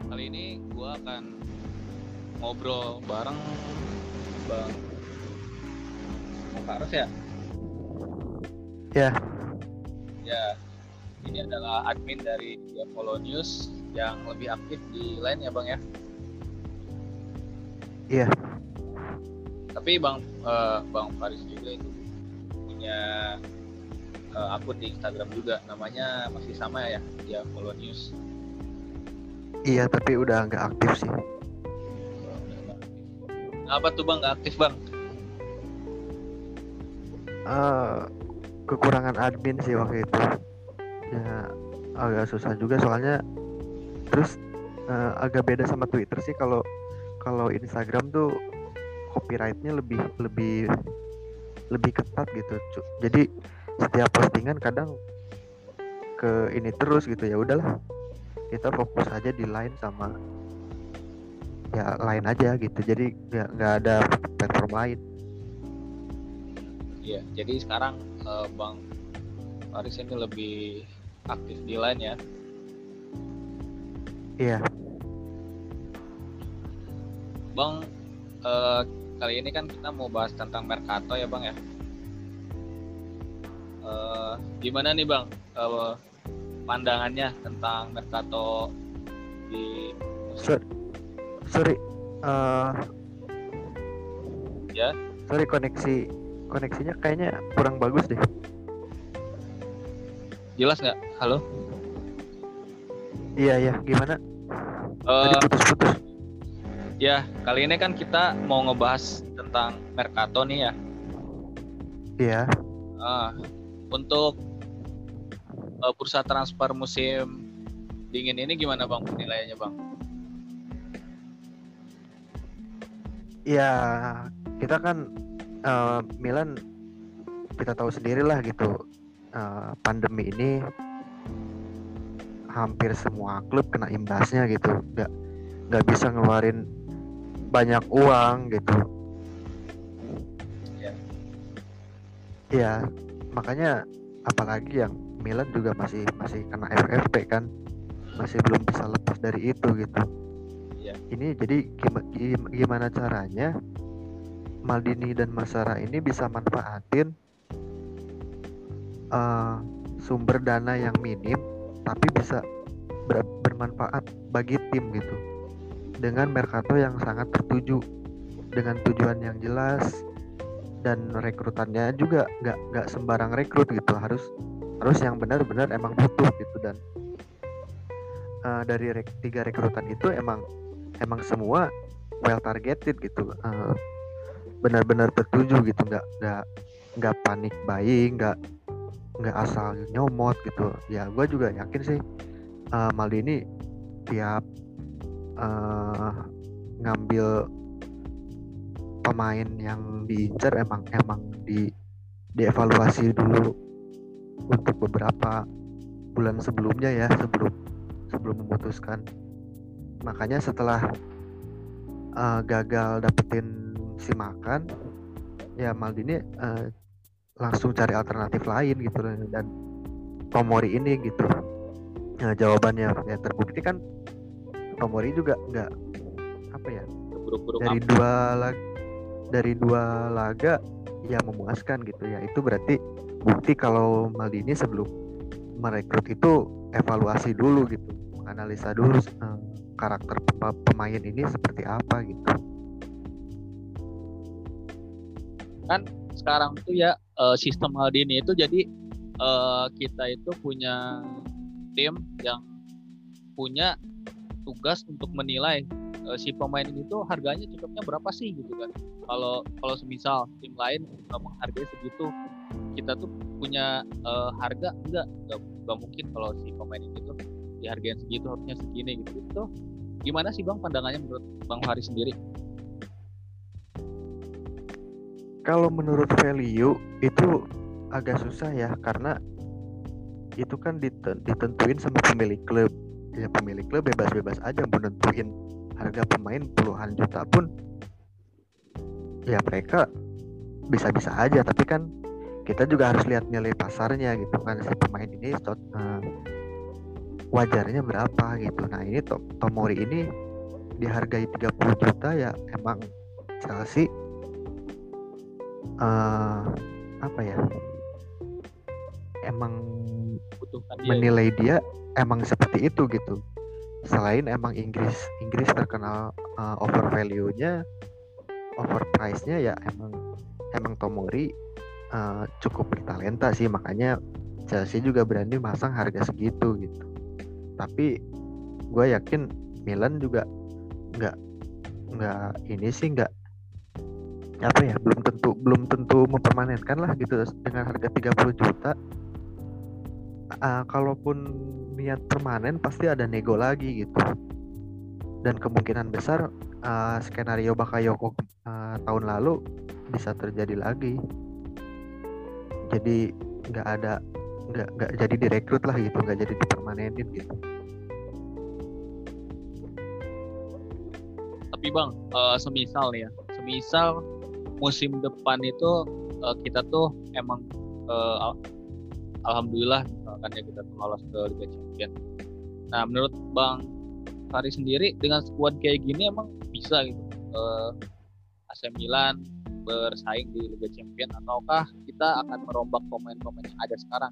Kali ini gue akan ngobrol bareng Bang Faros ya. Ya, Ya, ini adalah admin dari Follow News yang lebih aktif di Line ya Bang ya. iya, Tapi Bang Faris juga itu punya akun di Instagram juga, namanya masih sama ya, dia Follow News. iya, tapi udah nggak aktif sih. Kenapa tuh Bang nggak aktif Bang? Eh, Kekurangan admin sih waktu itu. Ya, agak susah juga soalnya. Terus agak beda sama Twitter sih. Kalau kalau Instagram tuh copyrightnya lebih lebih lebih ketat gitu. Jadi setiap postingan kadang ke ini terus gitu, ya udahlah, kita fokus aja di Line sama ya Line aja gitu. Jadi nggak ada platform lain. Iya, jadi sekarang Bang Faris ini lebih aktif di Line ya. Iya, Bang, kali ini kan kita mau bahas tentang Mercato ya Bang ya. Gimana nih Bang pandangannya tentang Mercato di musim sorry. eh ya? Sorry, koneksinya kayaknya kurang bagus deh. Jelas nggak? Halo? Iya, gimana? Tadi Eh, putus-putus. Ya, kali ini kan kita mau ngebahas tentang Mercato nih ya. Iya. Untuk bursa transfer musim dingin ini gimana Bang penilaiannya Bang? Ya, kita kan Milan, kita tahu sendiri lah gitu. Pandemi ini hampir semua klub kena imbasnya gitu. Nggak bisa ngeluarin banyak uang gitu. Ya. Ya, makanya apalagi yang Milan juga masih kena FFP kan, masih belum bisa lepas dari itu gitu. Ya. Ini jadi gimana caranya Maldini dan Masara ini bisa manfaatin sumber dana yang minim tapi bisa bermanfaat bagi tim gitu, dengan Mercato yang sangat tertuju, dengan tujuan yang jelas, dan rekrutannya juga nggak sembarang rekrut gitu, harus yang benar-benar emang butuh gitu. Dan dari 3 rekrutan itu emang semua well targeted gitu, benar-benar tertuju gitu, nggak panik buying, nggak asal nyomot gitu. Ya gue juga yakin sih Maldini tiap ngambil pemain yang diincar emang dievaluasi dulu untuk beberapa bulan sebelumnya ya, sebelum memutuskan. Makanya setelah gagal dapetin si Makan, ya Maldini langsung cari alternatif lain gitu. Dan Tomori ini gitu, jawabannya ya terbukti kan. Tomori juga nggak apa ya, dari dua laga ya memuaskan gitu ya. Itu berarti bukti kalau Maldini sebelum merekrut itu evaluasi dulu gitu, menganalisa dulu karakter pemain ini seperti apa gitu. Kan sekarang tuh ya sistem Maldini itu jadi kita itu punya tim yang punya tugas untuk menilai si pemain ini tuh harganya cocoknya berapa sih gitu kan. Kalau semisal tim lain menghargai segitu, kita tuh punya harga enggak mungkin kalau si pemain ini tuh dihargain segitu, harusnya segini gitu. Itu gimana sih Bang pandangannya menurut Bang Faris sendiri? Kalau menurut value itu agak susah ya, karena itu kan ditentuin sama pemilik klub. Ya pemilik klub bebas-bebas aja mau nentuin harga pemain puluhan juta pun, ya mereka bisa-bisa aja. Tapi kan kita juga harus lihat nilai pasarnya gitu kan, si pemain ini wajarnya berapa gitu. Nah ini Tomori ini dihargai 30 juta ya, emang Chelsea apa ya, emang Butuhkan dia. menilai dia emang seperti itu gitu. Selain emang Inggris terkenal over value-nya, over price-nya, ya emang Tomori cukup bertalenta sih, makanya Chelsea juga berani masang harga segitu gitu. Tapi gue yakin Milan juga nggak ini sih, nggak apa ya, belum tentu mempermanenkan lah gitu dengan harga 30 juta. Kalaupun niat permanen pasti ada nego lagi gitu, dan kemungkinan besar skenario Bakayoko tahun lalu bisa terjadi lagi. Jadi nggak jadi direkrut lah gitu, nggak jadi dipermanenin gitu. Tapi Bang, semisal musim depan itu kita tuh emang alhamdulillah misalkan ya kita tuh lolos ke Liga Champions. Nah, menurut Bang Fari sendiri dengan skuad kayak gini emang bisa gitu AC Milan bersaing di Liga Champions, ataukah kita akan merombak pemain-pemain yang ada sekarang?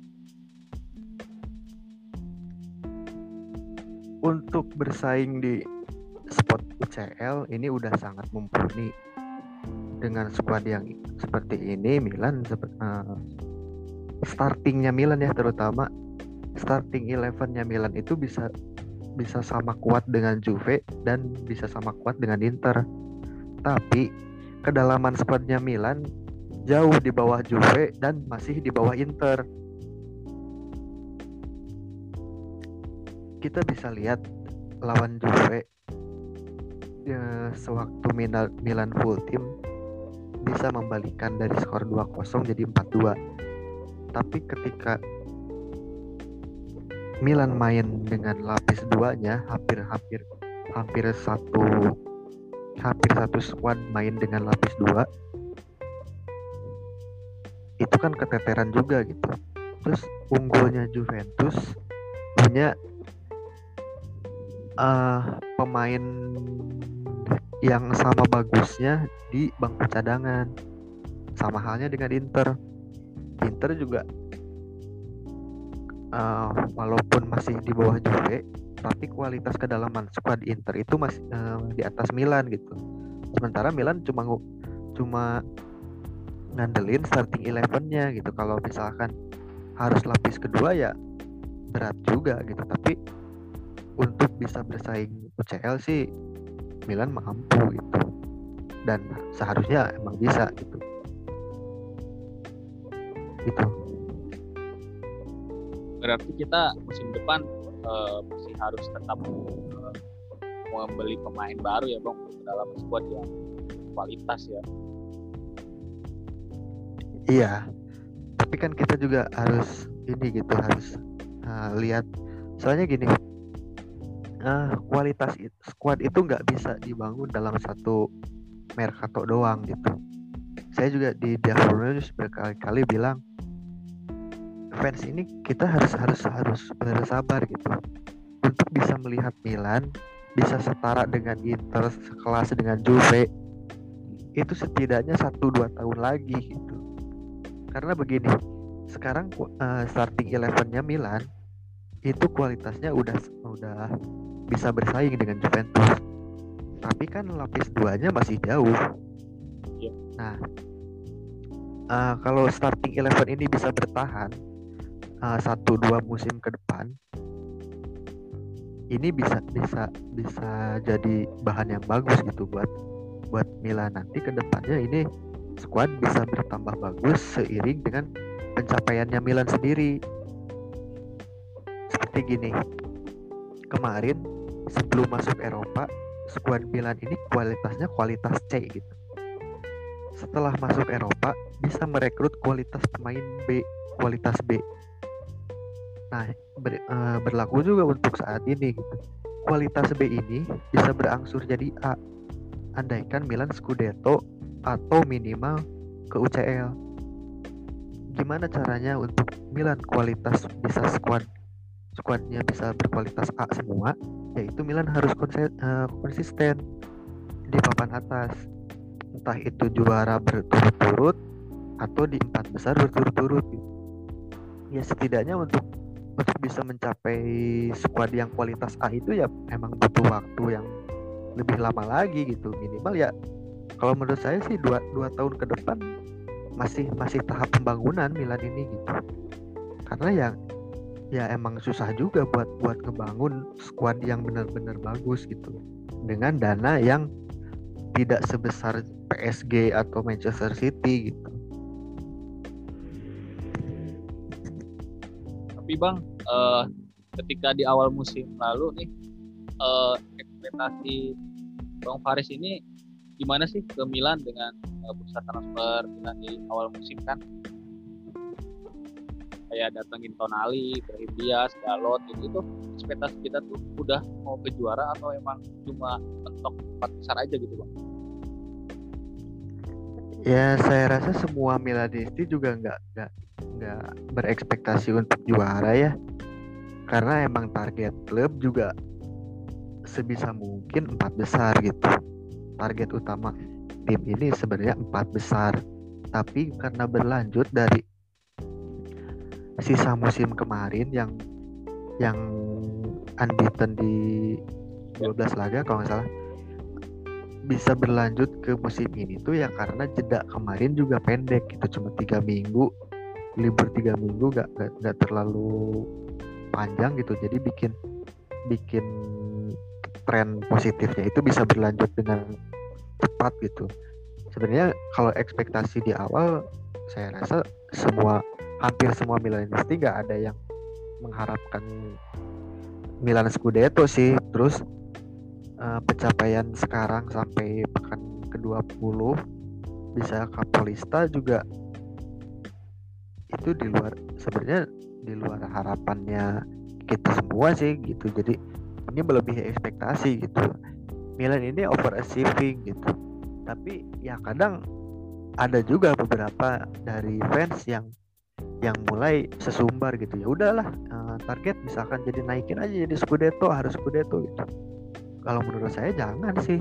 Untuk bersaing di spot UCL ini udah sangat mumpuni. Dengan skuad yang seperti ini, Milan startingnya Milan ya, terutama starting 11-nya Milan itu bisa sama kuat dengan Juve dan bisa sama kuat dengan Inter. Tapi kedalaman skuadnya Milan jauh di bawah Juve dan masih di bawah Inter. Kita bisa lihat lawan Juve sewaktu Milan full team bisa membalikan dari skor 2-0 jadi 4-2. Tapi ketika Milan main dengan lapis 2-nya, hampir satu squad main dengan lapis 2, itu kan keteteran juga gitu. Terus unggulnya Juventus punya pemain yang sama bagusnya di bangku cadangan. Sama halnya dengan Inter juga walaupun masih di bawah Juve, tapi kualitas kedalaman skuad Inter itu masih di atas Milan gitu. Sementara Milan cuma ngandelin starting 11-nya gitu. Kalau misalkan harus lapis kedua ya berat juga gitu. Tapi untuk bisa bersaing UCL sih Milan mampu gitu, dan seharusnya emang bisa gitu. Berarti kita musim depan masih harus tetap membeli pemain baru ya Bang, dalam skuad yang kualitas ya. Iya, tapi kan kita juga harus ini gitu, harus lihat, soalnya gini, kualitas skuad itu nggak bisa dibangun dalam satu mercato doang gitu. Saya juga di Diafornews berkali-kali bilang, fans ini kita harus bersabar gitu untuk bisa melihat Milan bisa setara dengan Inter, sekelas dengan Juve, itu setidaknya 1-2 tahun lagi gitu. Karena begini, sekarang starting 11-nya Milan itu kualitasnya udah bisa bersaing dengan Juventus, tapi kan lapis 2-nya masih jauh. Nah, kalau starting 11 ini bisa bertahan 1-2 musim ke depan, ini bisa jadi bahan yang bagus gitu buat Milan nanti ke depannya. Ini skuad bisa bertambah bagus seiring dengan pencapaiannya Milan sendiri. Seperti gini, kemarin sebelum masuk Eropa, skuad Milan ini kualitasnya kualitas C gitu. Setelah masuk Eropa, bisa merekrut kualitas pemain B, kualitas B. Nah, berlaku juga untuk saat ini gitu. Kualitas B ini bisa berangsur jadi A, andaikan Milan Scudetto atau minimal ke UCL. Gimana caranya untuk Milan kualitas bisa skuad skuadnya bisa berkualitas A semua, yaitu Milan harus konsisten di papan atas, entah itu juara berturut-turut atau di 4 besar berturut-turut gitu. Ya setidaknya untuk bisa mencapai skuad yang kualitas A itu ya emang butuh waktu yang lebih lama lagi gitu, minimal ya kalau menurut saya sih 2 tahun ke depan masih tahap pembangunan Milan ini gitu. Karena ya emang susah juga buat ngebangun skuad yang benar-benar bagus gitu dengan dana yang tidak sebesar PSG atau Manchester City gitu. Tapi Bang, ketika di awal musim lalu nih, ekspektasi Bang Faris ini gimana sih ke Milan dengan bursa transfer Milan di awal musim kan? Kayak datengin Tonali, Brahim Diaz, Dalot, itu ekspektasi kita tuh udah mau ke juara atau emang cuma mentok 4 besar aja gitu Bang? Ya saya rasa semua Milanisti juga nggak berekspektasi untuk juara ya, karena emang target klub juga sebisa mungkin 4 besar gitu. Target utama tim ini sebenarnya 4 besar, tapi karena berlanjut dari sisa musim kemarin yang unbeaten di 12 laga kalau nggak salah, bisa berlanjut ke musim ini tuh ya karena jeda kemarin juga pendek gitu, cuma 3 minggu, libur 3 minggu gak terlalu panjang gitu, jadi bikin tren positifnya itu bisa berlanjut dengan cepat gitu. Sebenarnya kalau ekspektasi di awal saya rasa hampir semua Milanisti nggak ada yang mengharapkan Milan Scudetto sih. Terus pencapaian sekarang sampai pekan ke-20 bisa Capolista juga itu sebenarnya di luar harapannya kita semua sih gitu. Jadi ini melebihi ekspektasi gitu. Milan ini overachieving gitu. Tapi ya kadang ada juga beberapa dari fans yang mulai sesumbar gitu. Ya udahlah, target misalkan jadi naikin aja jadi Scudetto, harus Scudetto gitu. Kalau menurut saya jangan sih.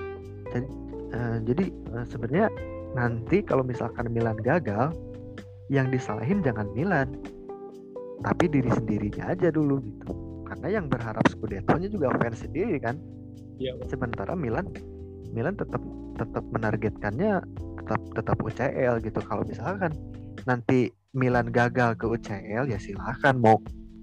Jadi sebenarnya nanti kalau misalkan Milan gagal, yang disalahin jangan Milan, tapi diri sendirinya aja dulu gitu. Karena yang berharap Scudetto-nya juga fans sendiri kan. Iya. Sementara Milan tetap menargetkannya tetap UCL gitu. Kalau misalkan nanti Milan gagal ke UCL ya silakan mau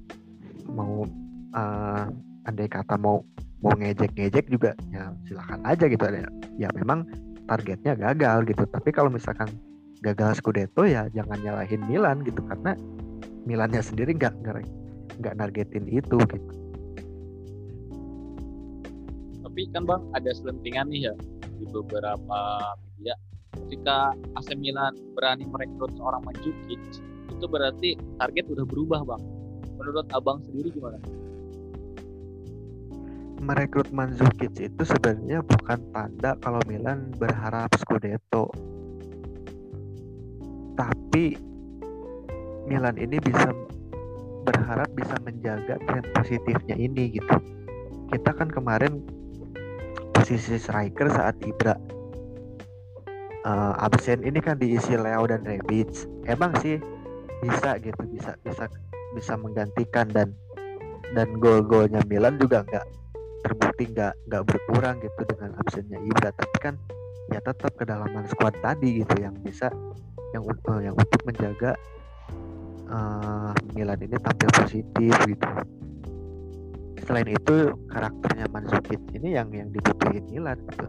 andai kata mau ngejek juga ya silakan aja gitu. Ya memang targetnya gagal gitu. Tapi kalau misalkan gagal Scudetto ya jangan nyalahin Milan gitu, karena Milannya sendiri nggak nargetin itu gitu. Tapi kan Bang ada selentingan nih ya di beberapa media, ketika AC Milan berani merekrut seorang Mandzukic itu berarti target udah berubah Bang. Menurut Abang sendiri gimana? Merekrut Mandzukic itu sebenarnya bukan tanda kalau Milan berharap Scudetto, tapi Milan ini berharap bisa menjaga tren positifnya ini gitu. Kita kan kemarin posisi striker saat Ibra absen ini kan diisi Leo dan Rebic. Emang sih bisa gitu, bisa menggantikan dan gol-golnya Milan juga nggak terbukti nggak berkurang gitu dengan absennya Ibra. Tapi kan ya tetap kedalaman skuad tadi gitu yang bisa yang untuk menjaga Milan ini tampil positif gitu. Selain itu karakternya Mandzukic ini yang dibutuhin Milan gitu.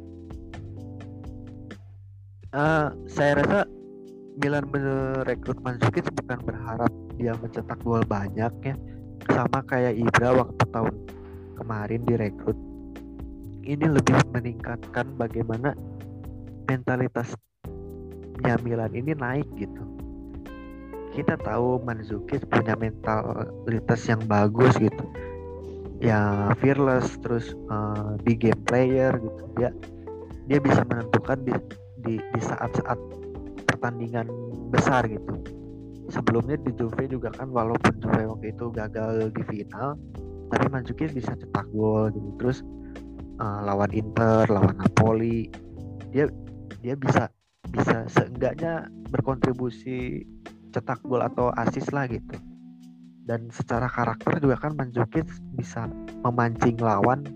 Saya rasa Milan merekrut Mandzukic bukan berharap dia mencetak gol banyak ya, sama kayak Ibra waktu tahun kemarin direkrut. Ini lebih meningkatkan bagaimana mentalitasnya Milan ini naik gitu. Kita tahu Mandzukic punya mentalitas yang bagus gitu, ya fearless, terus big game player gitu. Dia bisa menentukan di saat-saat pertandingan besar gitu. sebelumnya di Juve juga kan, walaupun Juve waktu itu gagal di final, tapi Mandzukic bisa cetak gol gitu. Terus lawan Inter, lawan Napoli, dia dia bisa seenggaknya berkontribusi cetak gol atau assist lah gitu. Dan secara karakter juga kan Mandzukic bisa memancing lawan,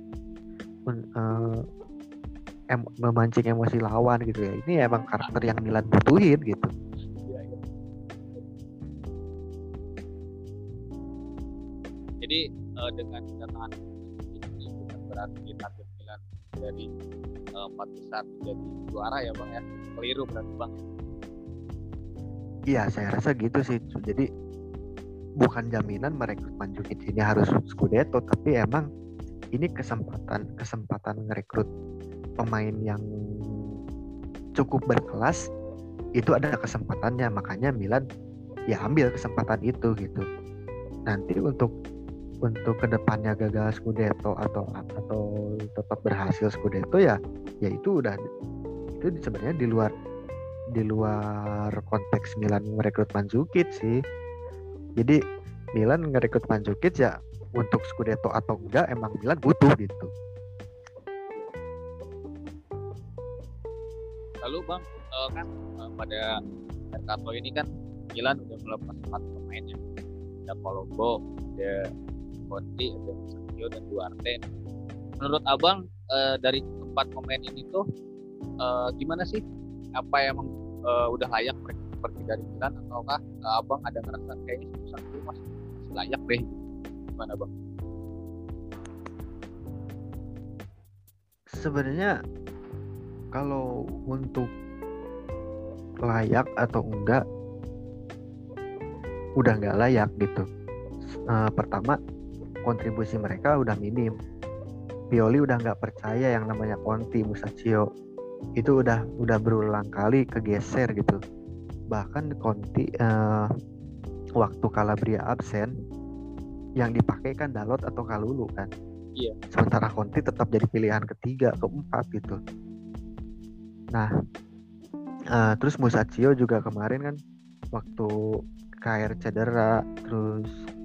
memancing emosi lawan gitu ya. Ini emang karakter yang Milan butuhin gitu. Iya, iya. Jadi dengan kedatangan ini bukan berarti target Milan dari 4 besar menjadi juara ya Bang ya. Keliru berarti Bang. Iya, saya rasa gitu sih. Jadi bukan jaminan merekrut Mandzukic ini harus Scudetto, tapi emang ini kesempatan merekrut pemain yang cukup berkelas, itu ada kesempatannya. Makanya Milan ya ambil kesempatan itu gitu. Nanti untuk kedepannya gagal Scudetto atau tetap berhasil Scudetto ya itu sebenarnya di luar konteks Milan merekrut Mandzukic sih. Jadi Milan merekrut Mandzukic ya untuk Scudetto atau enggak, emang Milan butuh gitu. Lalu Bang, kan pada Mercato ini kan Milan udah melepas 4 pemain ya. Ada Colombo, ada Conti, ada Musacchio, dan Duarte. Menurut Abang dari 4 pemain ini tuh gimana sih? Apa yang udah layak mereka pergi dari Milan, ataukah Abang ada ngerasa kayaknya Musacchio masih layak deh? Gimana Bang? Sebenarnya kalau untuk layak atau enggak, udah nggak layak gitu. Pertama, kontribusi mereka udah minim. Pioli udah nggak percaya yang namanya Conti, Musacchio. Itu udah berulang kali kegeser gitu. Bahkan Conti waktu Calabria absen, yang dipakai kan Dalot atau Kalulu kan. Iya. Sementara Conti tetap jadi pilihan ketiga, keempat gitu. Nah, terus Musacchio juga kemarin kan waktu KR cedera, terus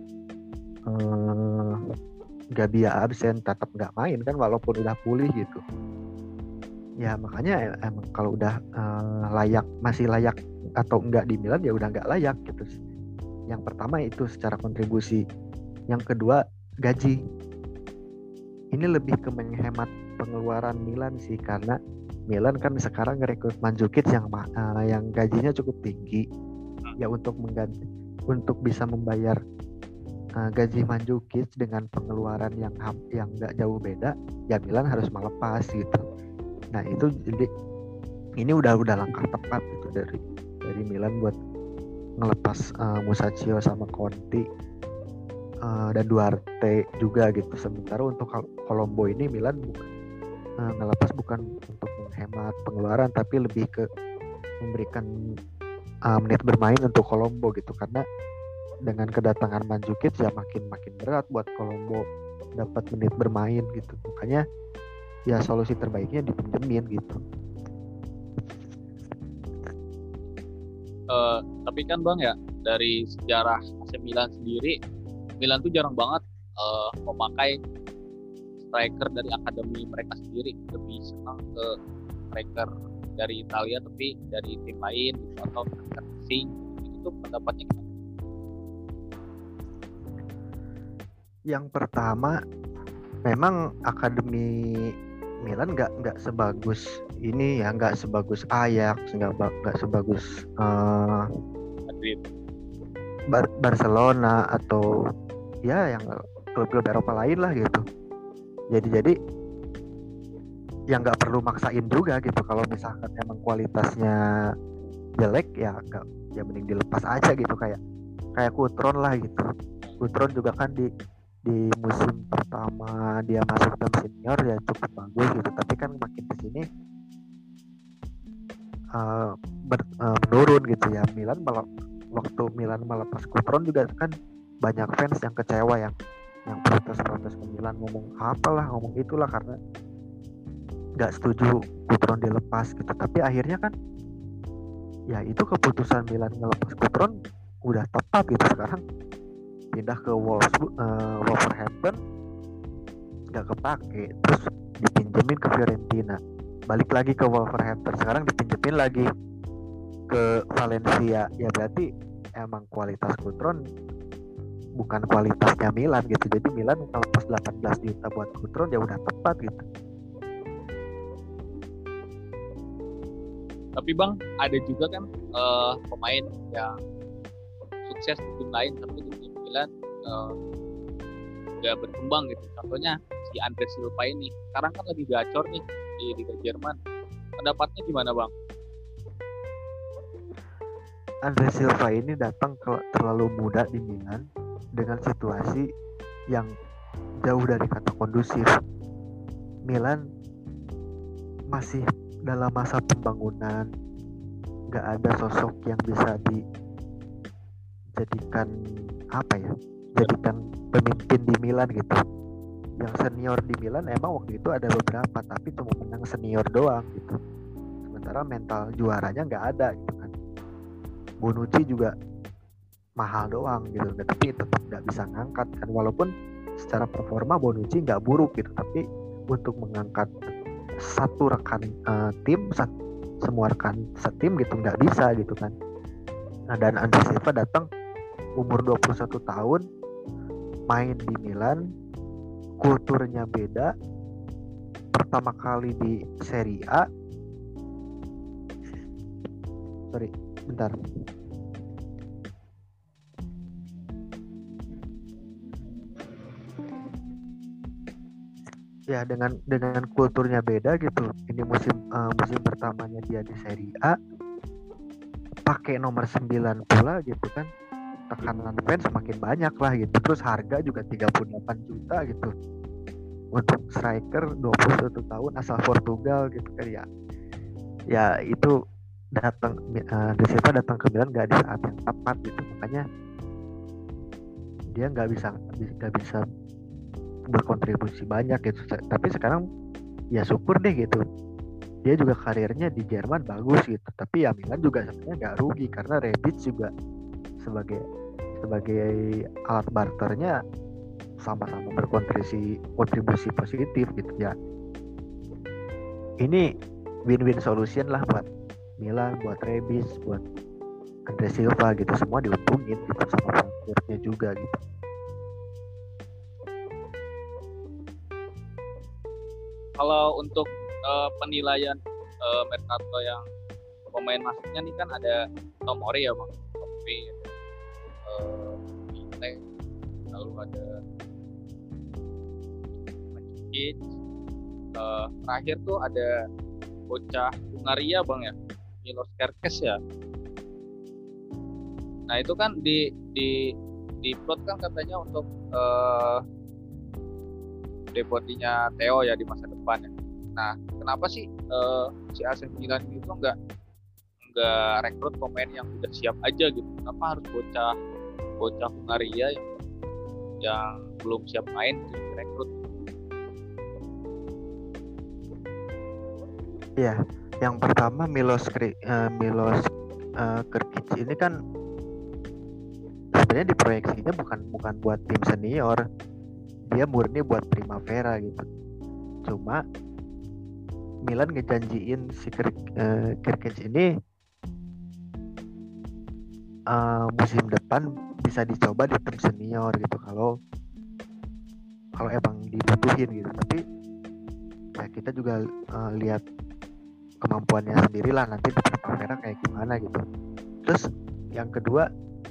Gabbia absen, tetap nggak main kan walaupun udah pulih gitu. Ya makanya emang kalau udah masih layak atau enggak di Milan ya udah nggak layak gitu. Yang pertama itu secara kontribusi. Yang kedua gaji. Ini lebih ke menghemat pengeluaran Milan sih, karena Milan kan sekarang ngerekrut Mandzukic yang gajinya cukup tinggi. Ya untuk bisa membayar gaji Mandzukic dengan pengeluaran yang nggak jauh beda, ya Milan harus melepas gitu. Nah itu jadi ini udah langkah tepat gitu dari Milan buat ngelepas Musacchio sama Conti dan Duarte juga gitu. Sementara untuk Colombo ini Milan ngelepas bukan untuk menghemat pengeluaran, tapi lebih ke memberikan menit bermain untuk Colombo gitu, karena dengan kedatangan Mandzukic ya makin berat buat Colombo dapat menit bermain gitu. Makanya ya solusi terbaiknya dipinjemin gitu. Tapi kan Bang ya, dari sejarah AC Milan sendiri, Milan tuh jarang banget memakai striker dari akademi mereka sendiri. Lebih senang ke striker dari Italia tapi dari tim lain gitu, atau striker asing. Itu pendapatnya gimana? Yang pertama, memang akademi Milan nggak sebagus ini ya, nggak sebagus Ajax, nggak sebagus Madrid, Barcelona atau ya yang klub-klub Eropa lain lah gitu. Jadi yang nggak perlu maksain juga gitu. Kalau misalkan emang kualitasnya jelek ya mending dilepas aja gitu, kayak Coutron lah gitu. Coutron juga kan di musim pertama dia masuk tim senior ya cukup bagus gitu, tapi kan makin kesini menurun gitu ya. Waktu Milan melepas Coutron juga kan banyak fans yang kecewa, yang protes ke Milan, ngomong itulah karena nggak setuju Coutron dilepas gitu. Tapi akhirnya kan ya itu keputusan Milan ngelepas Coutron udah tepat gitu. Sekarang pindah ke Wolverhampton nggak kepake, terus dipinjemin ke Fiorentina, balik lagi ke Wolverhampton, sekarang dipinjemin lagi ke Valencia. Ya berarti emang kualitas Coutron bukan kualitasnya Milan gitu. Jadi Milan kalau pas 18 juta buat Coutron ya udah tepat gitu. Tapi Bang, ada juga kan pemain yang sukses di tim lain tapi di tim Milan nggak berkembang gitu. Contohnya si Andre Silva ini. Sekarang kan lagi gacor nih di Liga Jerman. Pendapatnya gimana Bang? Andre Silva ini datang terlalu muda di Milan dengan situasi yang jauh dari kata kondusif. Milan masih dalam masa pembangunan, nggak ada sosok yang bisa dijadikan jadikan pemimpin di Milan gitu. Yang senior di Milan emang waktu itu ada beberapa, tapi cuma menang senior doang gitu. Sementara mental juaranya nggak ada gitu kan. Bonucci juga mahal doang gitu, tapi tetap nggak bisa ngangkat kan. Walaupun secara performa Bonucci nggak buruk gitu, tapi untuk mengangkat satu rekan tim, semua rekan setim gitu nggak bisa gitu kan. Nah, dan Andre Silva datang umur 21 tahun, main di Milan, kulturnya beda, pertama kali di Serie A. Sorry, bentar. Ya dengan kulturnya beda gitu. Ini musim pertamanya dia di Serie A, pakai nomor 9 pula gitu kan. Tekanan fans semakin banyak lah gitu. Terus harga juga 38 juta gitu untuk striker 21 tahun asal Portugal gitu kan ya. Ya itu datang De Silva datang ke Milan gak di saat yang tepat gitu. Makanya dia nggak bisa berkontribusi banyak gitu. Tapi sekarang ya syukur deh gitu, dia juga karirnya di Jerman bagus gitu. Tapi ya Milan juga sebenarnya nggak rugi karena Rebic juga sebagai alat barternya sama-sama berkontribusi positif gitu ya. Ini win-win solution lah buat Milan, buat Rebic, buat Andre Silva gitu, semua diuntungin gitu sama Frankfurtnya juga gitu. Kalau untuk penilaian Mercato yang pemain masuknya nih kan ada Tomori ya Bang, Tomori, Pinte, lalu ada Mandzukic, terakhir tuh ada bocah Hungaria Bang ya, Milos Kerkez ya. Nah itu kan di plot kan katanya untuk debutinya Theo ya di masa depan ya. Nah, kenapa sih si AC Milan itu nggak rekrut pemain yang udah siap aja gitu? Kenapa harus bocah Hungaria yang belum siap main direkrut? Ya, yang pertama Milos Krkić ini kan sebenarnya diproyeksinya bukan buat tim senior. Dia murni buat Primavera gitu. Cuma Milan ngejanjiin si Krkić ini musim depan bisa dicoba di tim senior gitu kalau emang dibutuhin gitu. Tapi ya kita juga lihat kemampuannya sendirilah nanti di Primavera kayak gimana gitu. Terus yang kedua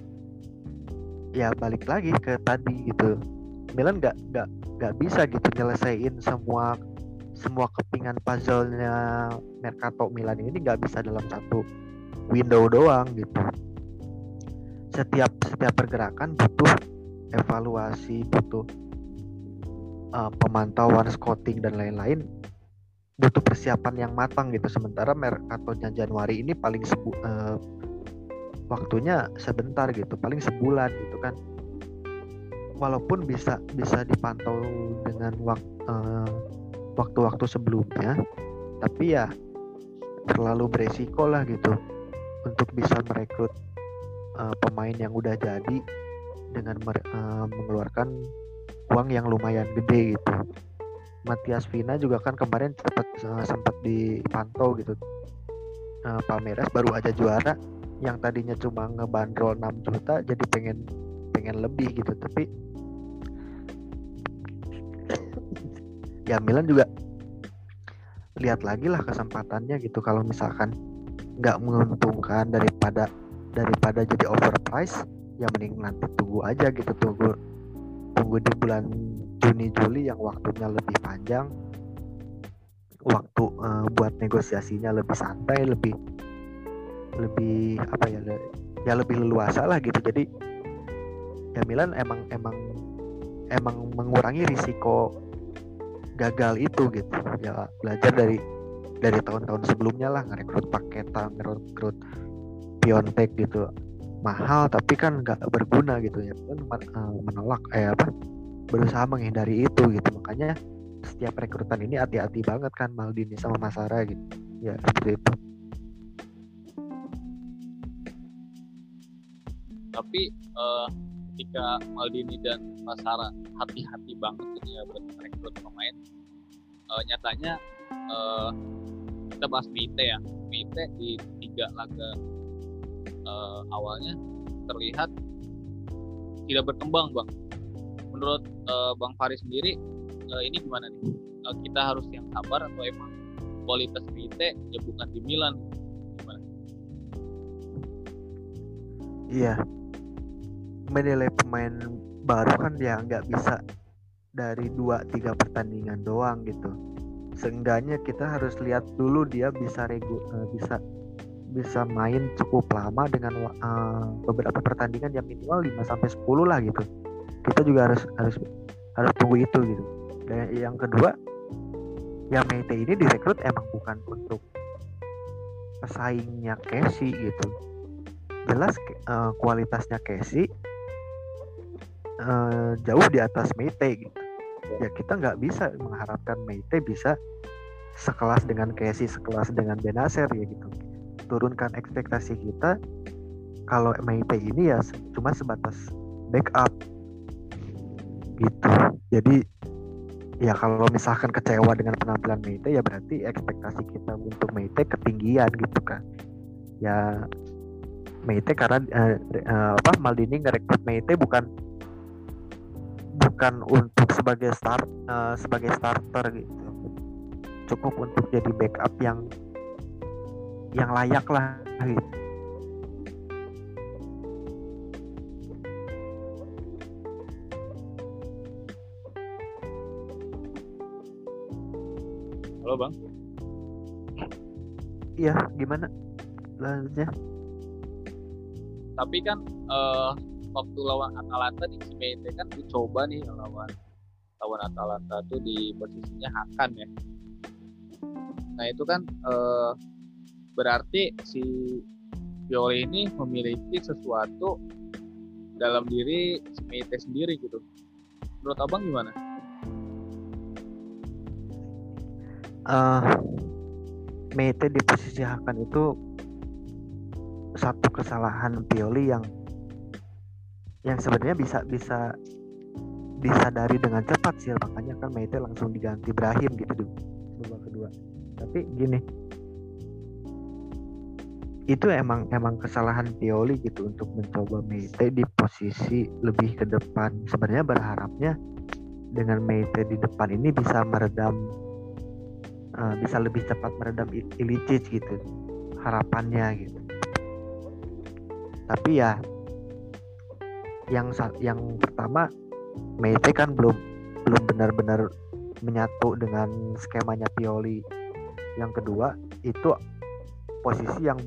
ya balik lagi ke tadi gitu, Milan nggak bisa gitu nyelesain semua kepingan puzzle-nya Mercato Milan ini, nggak bisa dalam satu window doang gitu. Setiap pergerakan butuh evaluasi, butuh pemantauan, scouting dan lain-lain, butuh persiapan yang matang gitu. Sementara Mercato-nya Januari ini paling waktunya sebentar gitu, paling sebulan gitu kan. Walaupun bisa dipantau dengan waktu-waktu sebelumnya, tapi ya terlalu beresiko lah gitu untuk bisa merekrut pemain yang udah jadi dengan mengeluarkan uang yang lumayan gede gitu. Matias Vina juga kan kemarin sempat dipantau gitu. Palmeiras baru aja juara, yang tadinya cuma ngebandrol 6 juta jadi pengen lebih gitu. Tapi ya Milan juga lihat lagi lah kesempatannya gitu. Kalau misalkan nggak menguntungkan daripada jadi overprice, ya mending nanti tunggu aja gitu, tunggu di bulan Juni Juli yang waktunya lebih panjang, waktu buat negosiasinya lebih santai, lebih apa ya lebih leluasa lah gitu. Jadi ya Milan emang mengurangi risiko gagal itu gitu ya, belajar dari tahun-tahun sebelumnya lah, ngerekrut Paketa, ngerekrut Piontek gitu, mahal tapi kan nggak berguna gitu ya, menolak berusaha menghindari itu gitu. Makanya setiap rekrutan ini hati-hati banget kan Maldini sama Massara gitu ya, seperti itu. Tapi ketika Maldini dan Massara hati-hati banget ini ya buat merekrut pemain, nyatanya kita bahas Meite ya. Meite di 3 laga awalnya terlihat tidak berkembang, Bang. Menurut Bang Faris sendiri, ini gimana nih? Kita harus yang sabar atau emang kualitas Meite ya bukan di Milan? Gimana? Iya, menilai pemain baru kan dia nggak bisa dari 2-3 pertandingan doang gitu. Seenggaknya kita harus lihat dulu dia bisa main cukup lama dengan beberapa pertandingan yang minimal 5-10 lah gitu. Kita juga harus tunggu itu gitu. Dan yang kedua, ya Meite ini direkrut emang bukan untuk pesaingnya Kessie gitu. Jelas kualitasnya Kessie jauh di atas Meite gitu. Ya kita nggak bisa mengharapkan Meite bisa sekelas dengan Kessie, sekelas dengan Benacer ya gitu. Turunkan ekspektasi kita kalau Meite ini ya cuma sebatas backup gitu. Jadi ya kalau misalkan kecewa dengan penampilan Meite, ya berarti ekspektasi kita untuk Meite ketinggian gitu kan. Ya Meite karena Maldini ngerekrut Meite bukan untuk sebagai starter gitu. Cukup untuk jadi backup yang layak lah gitu. Halo Bang. Iya, gimana lanjutnya? Tapi kan waktu lawan Atalanta nih, si Meite kan dicoba nih lawan Atalanta tuh di posisinya Hakan ya. Nah itu kan berarti si Pioli ini memiliki sesuatu dalam diri si Meite sendiri gitu. Menurut Abang gimana? Meite di posisi Hakan itu satu kesalahan Pioli yang sebenarnya bisa disadari dengan cepat sih, makanya kan Meite langsung diganti Brahim gitu di babak kedua. Tapi gini, itu emang kesalahan Pioli gitu untuk mencoba Meite di posisi lebih ke depan. Sebenarnya berharapnya dengan Meite di depan ini bisa lebih cepat meredam Ilicic gitu, harapannya gitu. Tapi ya yang pertama, Meite kan belum benar-benar menyatu dengan skemanya Pioli. Yang kedua, itu posisi yang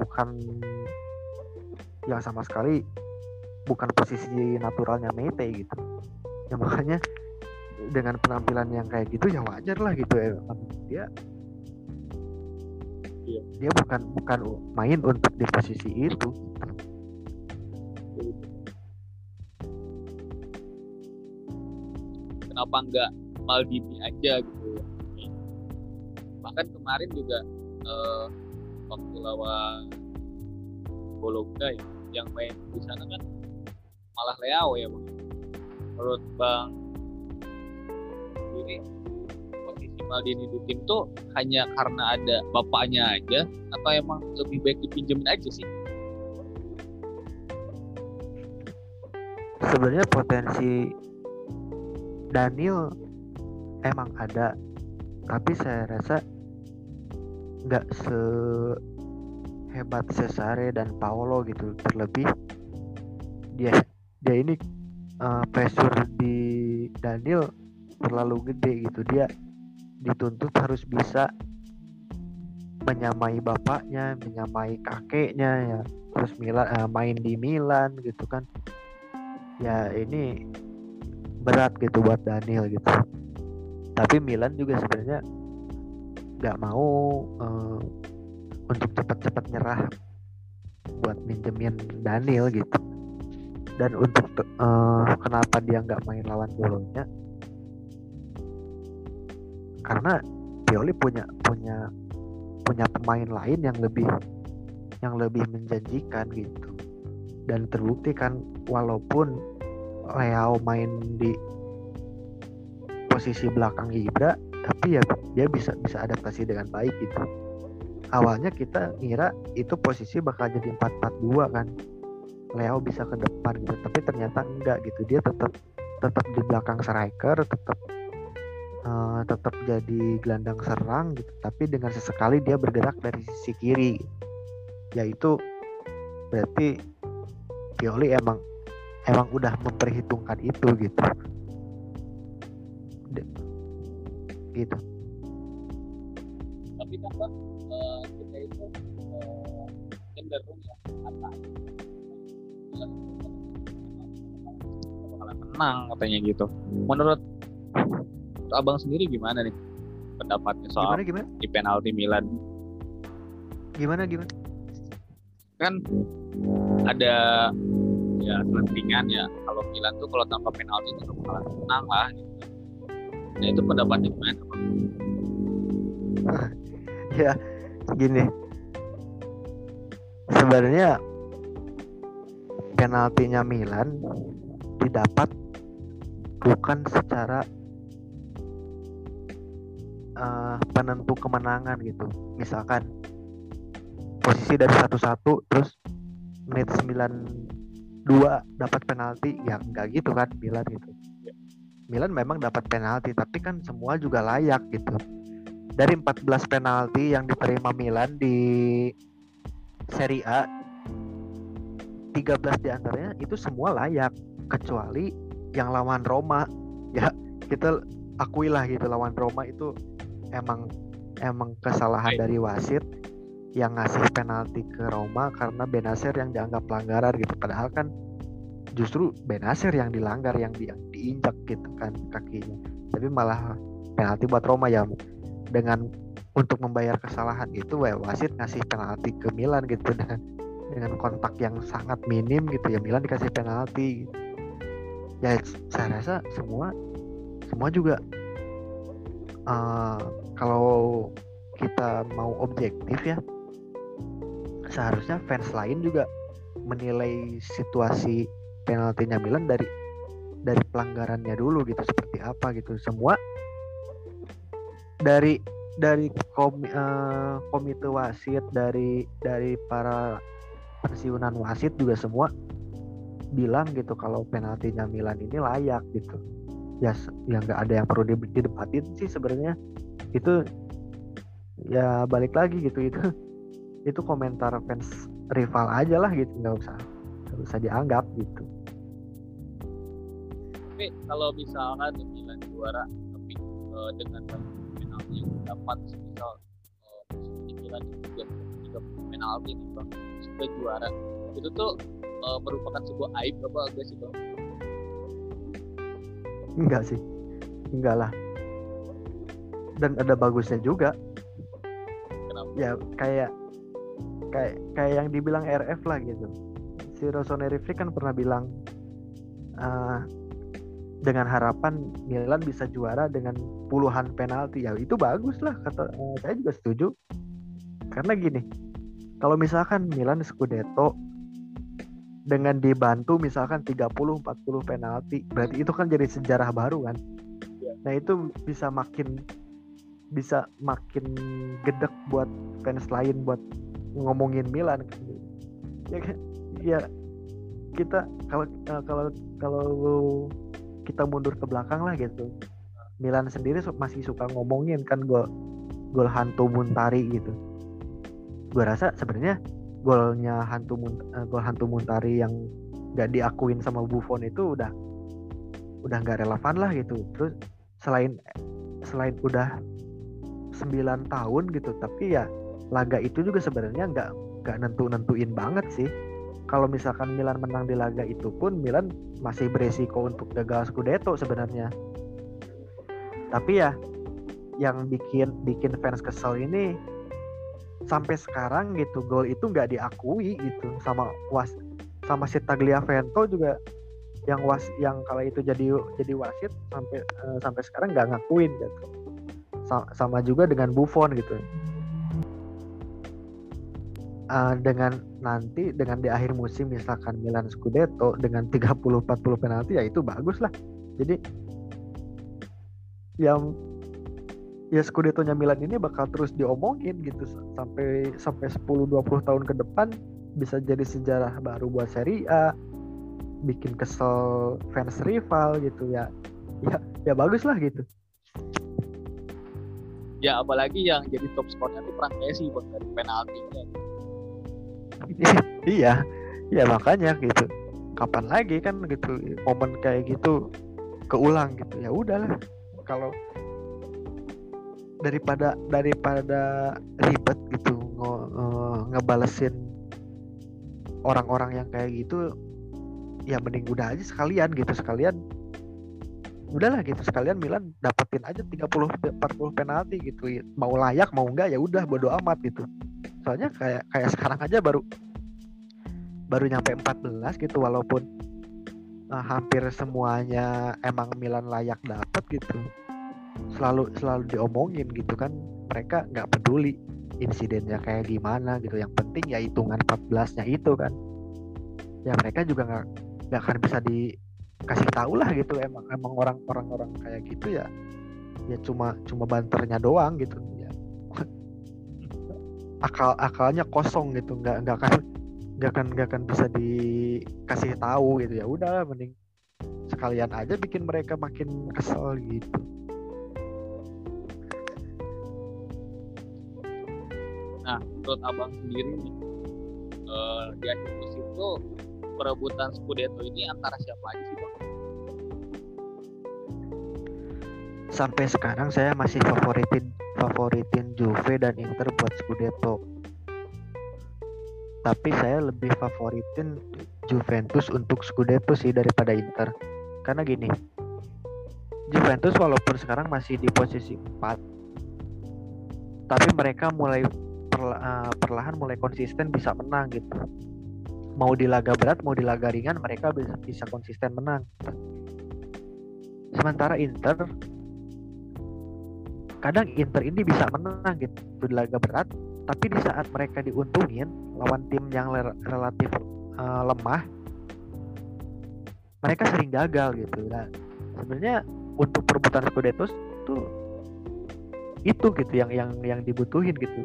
sama sekali bukan posisi naturalnya Meite gitu. Ya makanya dengan penampilan yang kayak gitu ya wajar lah gitu ya. Dia bukan main untuk di posisi itu. Kenapa enggak Maldini aja gitu? Bahkan kemarin juga waktu lawan Bologna yang main di sana kan malah Leao ya Bang. Menurut Bang sendiri posisi Maldini di tim tuh hanya karena ada bapaknya aja atau emang lebih baik dipinjemin aja sih? Sebenarnya potensi Daniel emang ada, tapi saya rasa nggak sehebat Cesare dan Paolo gitu. Terlebih dia ini pressure di Daniel terlalu gede gitu. Dia dituntut harus bisa menyamai bapaknya, menyamai kakeknya ya. Terus main di Milan gitu kan. Ya ini berat gitu buat Daniel gitu. Tapi Milan juga sebenarnya nggak mau untuk cepat-cepat nyerah buat minjemin Daniel gitu. Dan untuk kenapa dia nggak main lawan Bologna, karena Pioli punya pemain lain yang lebih menjanjikan gitu. Dan terbukti kan, walaupun Leao main di posisi belakang Ibra, tapi ya dia bisa adaptasi dengan baik gitu. Awalnya kita ngira itu posisi bakal jadi 4-4-2 kan, Leao bisa ke depan gitu, tapi ternyata enggak gitu. Dia tetap di belakang striker, tetap jadi gelandang serang gitu, tapi dengan sesekali dia bergerak dari sisi kiri. Yaitu berarti Pioli emang udah memperhitungkan itu gitu. Gitu. Tapi kan Bang, kita itu cenderung ya bakalan menang katanya gitu. Menurut Abang sendiri gimana nih pendapatnya soal Gimana? di penalti Milan? Gimana? Kan ada ya selentingan ya kalau Milan tuh kalau tanpa penalti itu bakalan menang lah gitu. Nah itu pendapatnya gimana Bang? Ya gini, sebenarnya penaltinya Milan didapat bukan secara penentu kemenangan gitu. Misalkan posisi dari 1-1 terus menit 92 dapat penalti, ya enggak gitu kan Milan gitu. Milan memang dapat penalti, tapi kan semua juga layak gitu. Dari 14 penalti yang diterima Milan di Serie A, 13 diantaranya itu semua layak, kecuali yang lawan Roma. Ya kita akuilah gitu, lawan Roma itu emang kesalahan dari wasit yang ngasih penalti ke Roma karena Benacer yang dianggap pelanggaran gitu. Padahal kan justru Benacer yang dilanggar, yang diinjak gitu kan kakinya. Tapi malah penalti buat Roma ya. Dengan untuk membayar kesalahan itu, wasit ngasih penalti ke Milan gitu dengan kontak yang sangat minim gitu ya, Milan dikasih penalti. Ya saya rasa semua juga kalau kita mau objektif ya, seharusnya fans lain juga menilai situasi penaltinya Milan dari pelanggarannya dulu gitu, seperti apa gitu. Semua dari komite wasit, dari para pensiunan wasit juga semua bilang gitu kalau penaltinya Milan ini layak gitu. Ya nggak ada yang perlu didebatin sih sebenarnya. Itu ya balik lagi gitu, itu komentar fans rival aja lah gitu, nggak usah dianggap gitu. Tapi kalau misalkan Milan juara tapi dengan penalti yang dapat, misal Milan juga 30 penalti nih Bang, sudah juara, itu tuh merupakan sebuah aib apa enggak sih Bang? Enggak lah. Dan ada bagusnya juga. Kenapa? Ya kayak yang dibilang RF lah gitu. Si Rossoneri kan pernah bilang dengan harapan Milan bisa juara dengan puluhan penalti. Ya itu bagus lah, kata saya juga setuju. Karena gini, kalau misalkan Milan Scudetto dengan dibantu misalkan 30-40 penalti, berarti itu kan jadi sejarah baru kan. Nah itu bisa makin gedek buat fans lain buat ngomongin Milan kan. Ya kan? Ya kita kalau kita mundur ke belakang lah gitu, Milan sendiri masih suka ngomongin kan gol hantu Muntari gitu. Gue rasa sebenarnya gol hantu Muntari yang nggak diakuin sama Buffon itu udah nggak relevan lah gitu. Terus selain udah 9 tahun gitu, tapi ya laga itu juga sebenarnya nggak nentuin banget sih. Kalau misalkan Milan menang di laga itu pun Milan masih beresiko untuk gagal Scudetto sebenarnya. Tapi ya yang bikin fans kesel ini sampai sekarang gitu, gol itu nggak diakui gitu sama si Tagliafico juga yang kala itu jadi wasit sampai sekarang nggak ngakuin gitu. Sama juga dengan Buffon gitu. Dengan di akhir musim misalkan Milan Scudetto dengan 30-40 penalti, ya itu bagus lah. Jadi ya Scudetto-nya Milan ini bakal terus diomongin gitu sampai 10-20 tahun ke depan, bisa jadi sejarah baru buat Serie A, bikin kesel fans rival gitu ya bagus lah gitu. Ya apalagi yang jadi top skornya tuh Frankesi buat dari penaltinya. Iya makanya gitu. Kapan lagi kan gitu momen kayak gitu keulang gitu. Ya udahlah, kalau daripada ribet gitu ngebalesin orang-orang yang kayak gitu, ya mending udah aja sekalian Milan dapetin aja 30-40 penalti gitu. Mau layak mau enggak ya udah bodo amat gitu. Soalnya kayak sekarang aja baru nyampe 14 gitu, walaupun hampir semuanya emang Milan layak dapet gitu. Selalu diomongin gitu kan. Mereka nggak peduli insidennya kayak gimana gitu. Yang penting ya hitungan 14-nya itu kan. Ya mereka juga nggak akan bisa dikasih tahu lah gitu. Emang orang-orang kayak gitu ya cuma banternya doang gitu ya. Akalnya kosong gitu, nggak akan bisa dikasih tahu gitu. Ya udah mending sekalian aja bikin mereka makin kesel gitu. Nah, menurut abang sendiri nih, di akhir musim itu perebutan Scudetto ini antara siapa aja sih bang? Sampai sekarang saya masih favoritin Juve dan Inter buat Scudetto. Tapi saya lebih favoritin Juventus untuk Scudetto sih daripada Inter. Karena gini, Juventus walaupun sekarang masih di posisi 4, tapi mereka perlahan mulai konsisten bisa menang gitu. Mau di laga berat, mau di laga ringan, mereka bisa konsisten menang. Sementara kadang Inter ini bisa menang gitu di laga berat, tapi di saat mereka diuntungin lawan tim yang relatif lemah, mereka sering gagal gitu. Nah, sebenarnya untuk perebutan Scudetto tuh itu gitu yang dibutuhin gitu.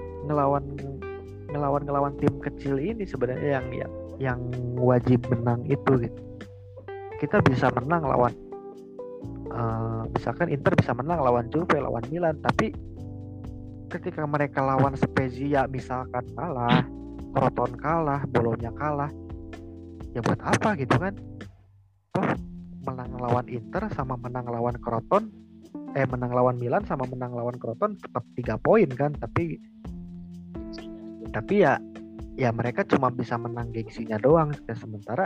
Ngelawan tim kecil ini sebenarnya yang wajib menang itu gitu. Kita bisa menang lawan misalkan Inter bisa menang lawan Juve, lawan Milan, tapi ketika mereka lawan Spezia misalkan kalah, Crotone kalah, Bologna kalah, ya buat apa gitu kan? Toh menang lawan Inter sama menang lawan Crotone, menang lawan Milan sama menang lawan Crotone tetap 3 poin kan, tapi ya mereka cuma bisa menang gengsinya doang, sementara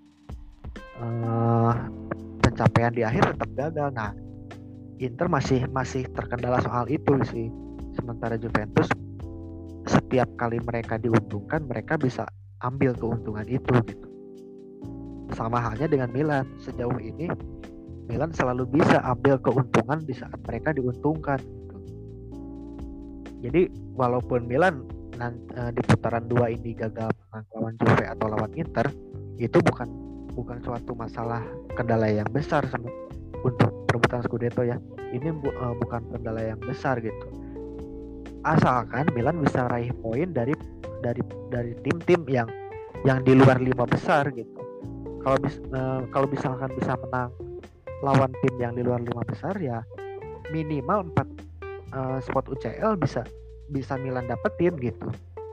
pencapaian di akhir tetap gagal. Nah, Inter masih terkendala soal itu sih. Sementara Juventus setiap kali mereka diuntungkan, mereka bisa ambil keuntungan itu gitu. Sama halnya dengan Milan. Sejauh ini Milan selalu bisa ambil keuntungan di saat mereka diuntungkan gitu. Jadi walaupun Milan di putaran 2 ini gagal menang lawan Juve atau lawan Inter, itu bukan suatu masalah kendala yang besar untuk perebutan Scudetto ya. Ini bukan kendala yang besar gitu. Asalkan Milan bisa raih poin dari tim-tim yang di luar 5 besar gitu. Kalau misalkan bisa menang lawan tim yang di luar 5 besar ya minimal 4 spot UCL bisa Milan dapetin gitu.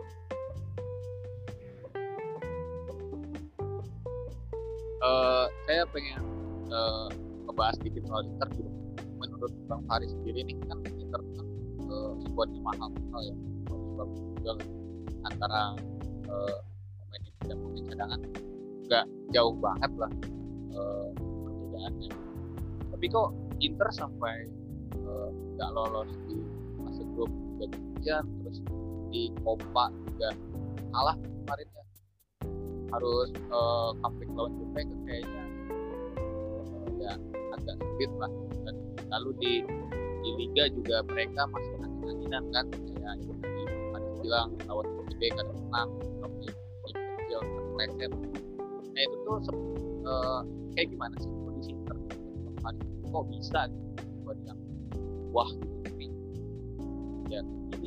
Saya pengen ngebahas dikit soal Inter juga. Menurut Bang Faris sendiri nih kan Inter kan squadnya mahal ya, juga antara pemain inti dan pemain cadangan nggak jauh banget lah perbedaannya. Tapi kok Inter sampai nggak lolos di fase grup bagian, terus di Copa juga kalah kemarin ya, harus comeback lawan Juve kayaknya ya agak sulit lah. Dan lalu di Liga juga mereka masih angin-anginan kan, kayak yang tadi Adi bilang lawan gede kadang menang, tapi tim kecil terpleset. Nah itu tuh kayak gimana sih kondisi Inter kok bisa gitu buat yang wah gitu, tapi ya ini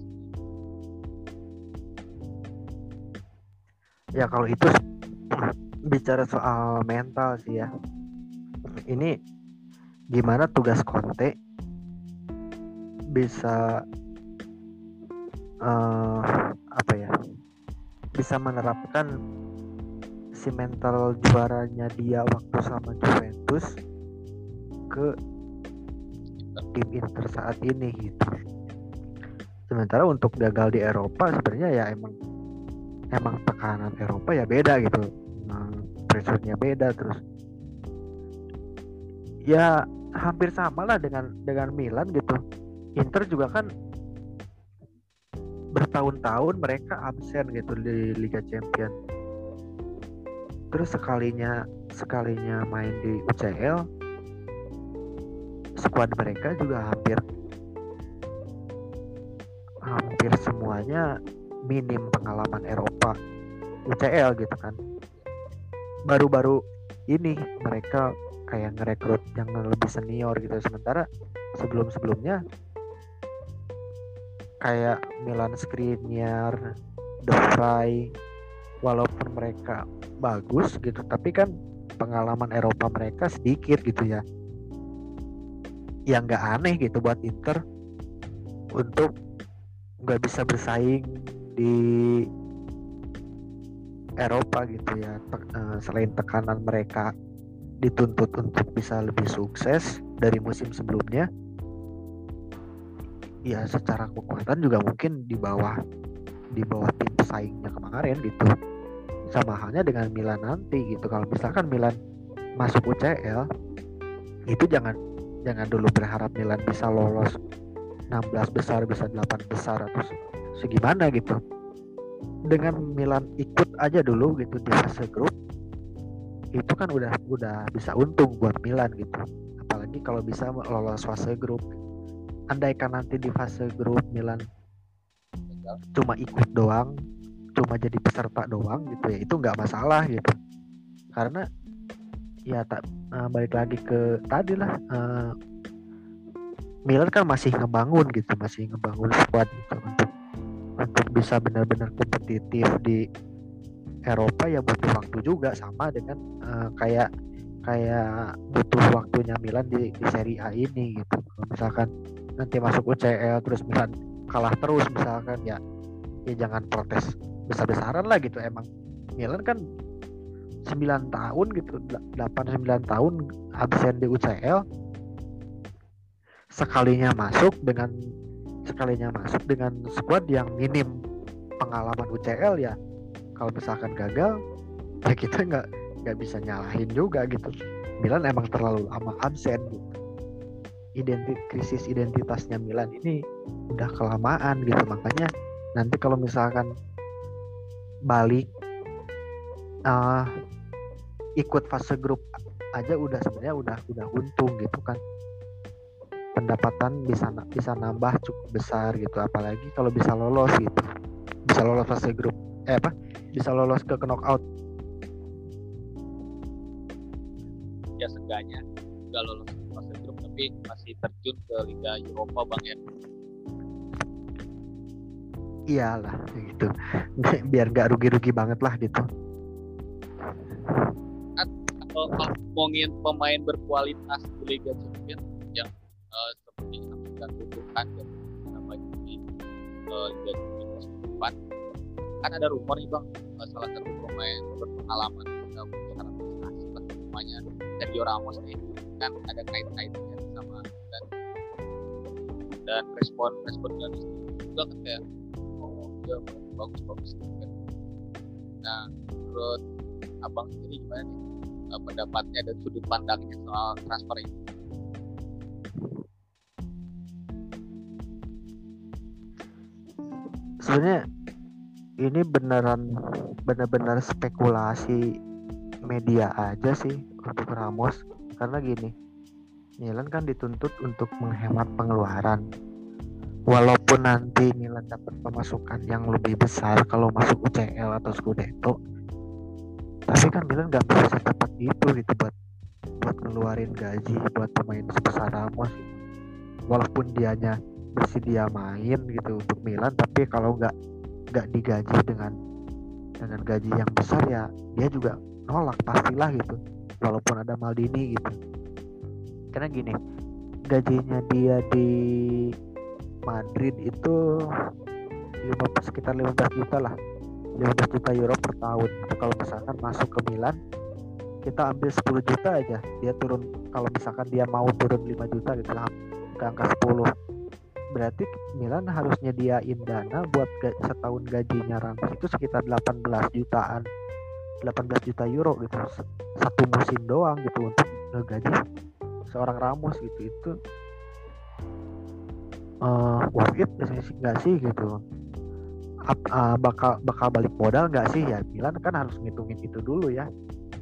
ya kalau itu bicara soal mental sih ya. Ini gimana tugas Conte bisa bisa menerapkan si mental juaranya dia waktu sama Juventus ke tim Inter saat ini gitu. Sementara untuk gagal di Eropa sebenarnya ya emang tekanan Eropa ya beda gitu, pressure-nya beda, terus ya hampir sama lah dengan Milan gitu. Inter juga kan bertahun-tahun mereka absen gitu di Liga Champions. Terus sekalinya main di UCL, skuad mereka juga hampir semuanya minim pengalaman Eropa UCL gitu kan. Baru-baru ini mereka kayak ngerekrut yang lebih senior gitu, sementara sebelum-sebelumnya kayak Milan Skriniar, De Vrij, walaupun mereka bagus gitu, tapi kan pengalaman Eropa mereka sedikit gitu ya. Yang nggak aneh gitu buat Inter untuk nggak bisa bersaing di Eropa gitu ya. Selain tekanan mereka dituntut untuk bisa lebih sukses dari musim sebelumnya, ya secara kekuatan juga mungkin di bawah tim pesaingnya kemarin gitu. Sama halnya dengan Milan nanti gitu. Kalau misalkan Milan masuk UCL, itu jangan dulu berharap Milan bisa lolos 16 besar, bisa 8 besar atau segimana gitu. Dengan Milan ikut aja dulu gitu di fase grup, itu kan udah bisa untung buat Milan gitu. Apalagi kalau bisa lolos fase grup. Andaikan nanti di fase grup Milan cuma ikut doang, cuma jadi peserta doang gitu ya, itu nggak masalah gitu. Karena ya balik lagi ke tadi lah, Milan kan masih ngebangun squad gitu untuk bisa benar-benar kompetitif di Eropa. Ya butuh waktu juga, sama dengan kayak butuh waktunya Milan di Serie A ini gitu. Kalau misalkan nanti masuk UCL terus Milan kalah terus misalkan, ya jangan protes besar-besaran lah gitu. Emang Milan kan 9 tahun gitu, 8-9 tahun absen di UCL, sekalinya masuk dengan skuad yang minim pengalaman UCL, ya kalau misalkan gagal ya kita nggak bisa nyalahin juga gitu. Milan emang terlalu lama absen gitu. Krisis identitasnya Milan ini udah kelamaan gitu. Makanya nanti kalau misalkan balik ikut fase grup aja sebenarnya udah untung gitu kan. Pendapatan bisa nambah cukup besar gitu, apalagi kalau bisa lolos gitu. Bisa lolos fase grup bisa lolos ke knockout ya seenggaknya nggak lolos ke fase grup tapi masih terjun ke Liga Eropa bang ya. Iyalah gitu. Biar nggak rugi-rugi banget lah gitu. Kalau ngomongin pemain berkualitas di Liga Champions yang seperti yang kita butuhkan dan bagi di Liga Champions depan, kan ada rumor nih bang, salah satu pemain berpengalaman secara prestasi lah namanya Sergio Ramos nih, kan ada kait-kaitannya sama dan respon dari juga kan kayak dia bagus gitu kan. Nah menurut abang sendiri gimana nih pendapatnya dan sudut pandangnya soal transfer ini? Sebenarnya ini benar-benar spekulasi media aja sih untuk Ramos, karena gini, Milan kan dituntut untuk menghemat pengeluaran. Walaupun nanti Milan dapat pemasukan yang lebih besar kalau masuk UCL atau Scudetto, tapi kan Milan nggak bisa secepat itu gitu buat ngeluarin gaji buat pemain sebesar Ramos gitu. Walaupun dianya bersedia main gitu untuk Milan, tapi kalau nggak digaji dengan gaji yang besar ya dia juga nolak pastilah gitu, walaupun ada Maldini gitu. Karena gini, gajinya dia di Madrid itu sekitar 15 juta lah, 15 juta euro per tahun. Kalau misalkan masuk ke Milan, kita ambil 10 juta aja, dia turun. Kalau misalkan dia mau turun 5 juta gitu lah, ke angka 10, berarti Milan harus nyediain dana buat setahun gajinya Ramos itu sekitar 18 juta euro gitu, satu musim doang gitu untuk ngegaji seorang Ramos gitu. Itu worth it nggak sih gitu? Bakal balik modal nggak sih ya? Milan kan harus ngitungin itu dulu ya.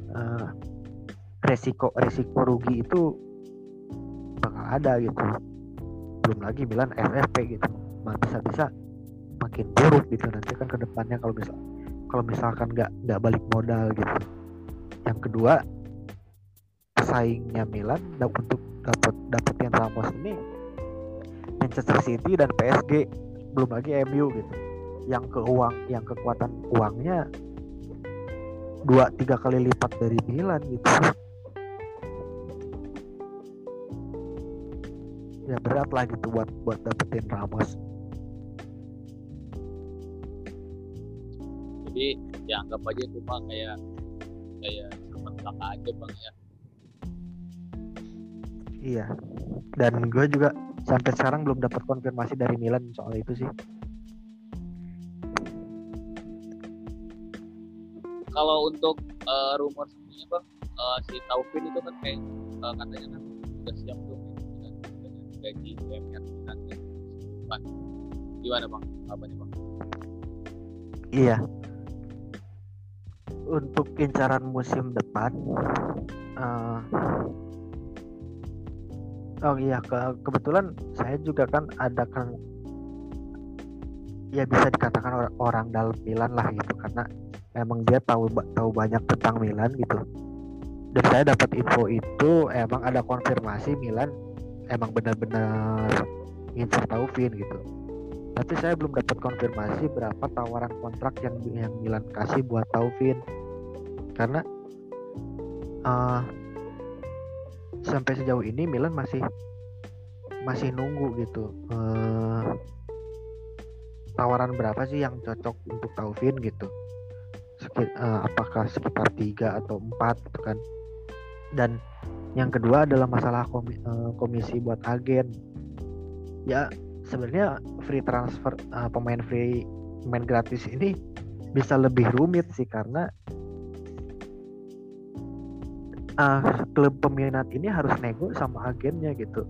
Resiko rugi itu bakal ada gitu. Belum lagi Milan FFP gitu, bisa makin buruk gitu nanti kan ke depannya kalau misalkan nggak balik modal gitu. Yang kedua, pesaingnya Milan untuk dapetin Ramos ini Manchester City dan PSG, belum lagi MU gitu, yang kekuatan uangnya 2-3 kali lipat dari Milan gitu. Ya berat lah gitu buat dapetin Ramos. Jadi ya anggap aja itu mah kayak sementara aja bang ya. Iya. Dan gue juga sampai sekarang belum dapat konfirmasi dari Milan soal itu sih. Kalau untuk rumor sebelumnya bang, si Taufin itu kan kayak katanya kan sudah siap tuh dengan gaji UMR nanti. Gimana bang? Kabarnya bang? Iya. Untuk incaran musim depan, kebetulan saya juga kan ada kan, ya bisa dikatakan orang dalam Milan lah gitu, karena emang dia tahu banyak tentang Milan gitu. Dan saya dapat info itu emang ada konfirmasi Milan emang benar-benar ngincer Taufin gitu. Tapi saya belum dapat konfirmasi berapa tawaran kontrak yang Milan kasih buat Taufin. Karena sampai sejauh ini Milan masih nunggu gitu. Tawaran berapa sih yang cocok untuk Taufin gitu. Apakah sekitar 3 atau 4 gitu kan. Dan yang kedua adalah masalah komisi buat agen. Ya sebenarnya free transfer, pemain gratis ini bisa lebih rumit sih, karena klub peminat ini harus nego sama agennya gitu.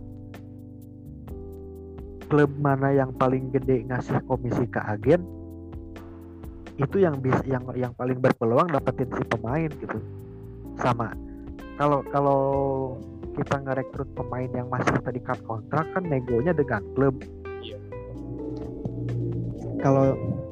Klub mana yang paling gede ngasih komisi ke agen, itu yang paling berpeluang dapetin si pemain gitu. Sama kalau kita ngerekrut pemain yang masih terikat kontrak kan negonya dengan klub.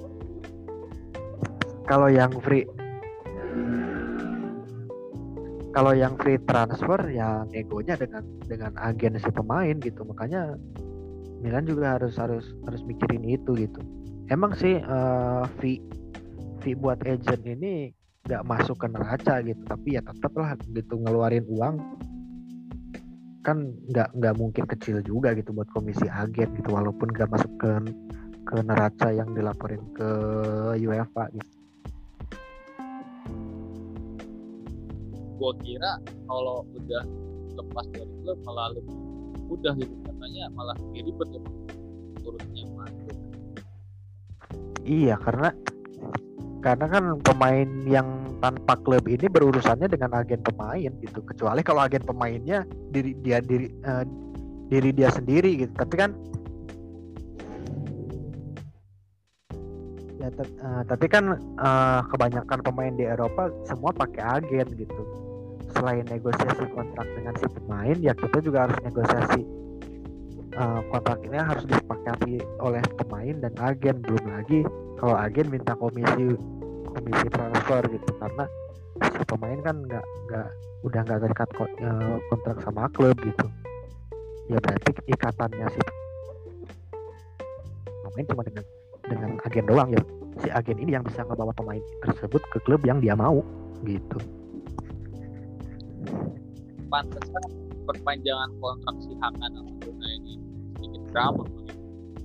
Kalau yang free kalau yang free transfer ya negonya dengan agen si pemain gitu. Makanya Milan juga harus mikirin itu gitu. Emang sih fee buat agent ini nggak masuk ke neraca gitu, tapi ya tetap lah gitu ngeluarin uang kan nggak mungkin kecil juga gitu buat komisi agen gitu, walaupun nggak masuk ke neraca yang dilaporin ke UEFA gitu. Gua kira kalau udah lepas dari klub malah lebih mudah gitu, katanya malah lebih ribet ya urusnya masuk. Iya, karena kan pemain yang tanpa klub ini berurusannya dengan agen pemain gitu, kecuali kalau agen pemainnya diri dia sendiri gitu. Tapi kan ya tapi kan kebanyakan pemain di Eropa semua pakai agen gitu. Selain negosiasi kontrak dengan si pemain, ya kita juga harus negosiasi kontrak ini harus disepakati oleh pemain dan agen. Belum lagi kalau agen minta komisi transfer gitu, karena si pemain kan udah nggak terikat kontrak sama klub gitu. Ya berarti ikatannya si pemain cuma dengan agen doang ya. Si agen ini yang bisa ngebawa pemain tersebut ke klub yang dia mau gitu. Pantesan perpanjangan kontrak si Hakan sama Luna ini sedikit drama begitu.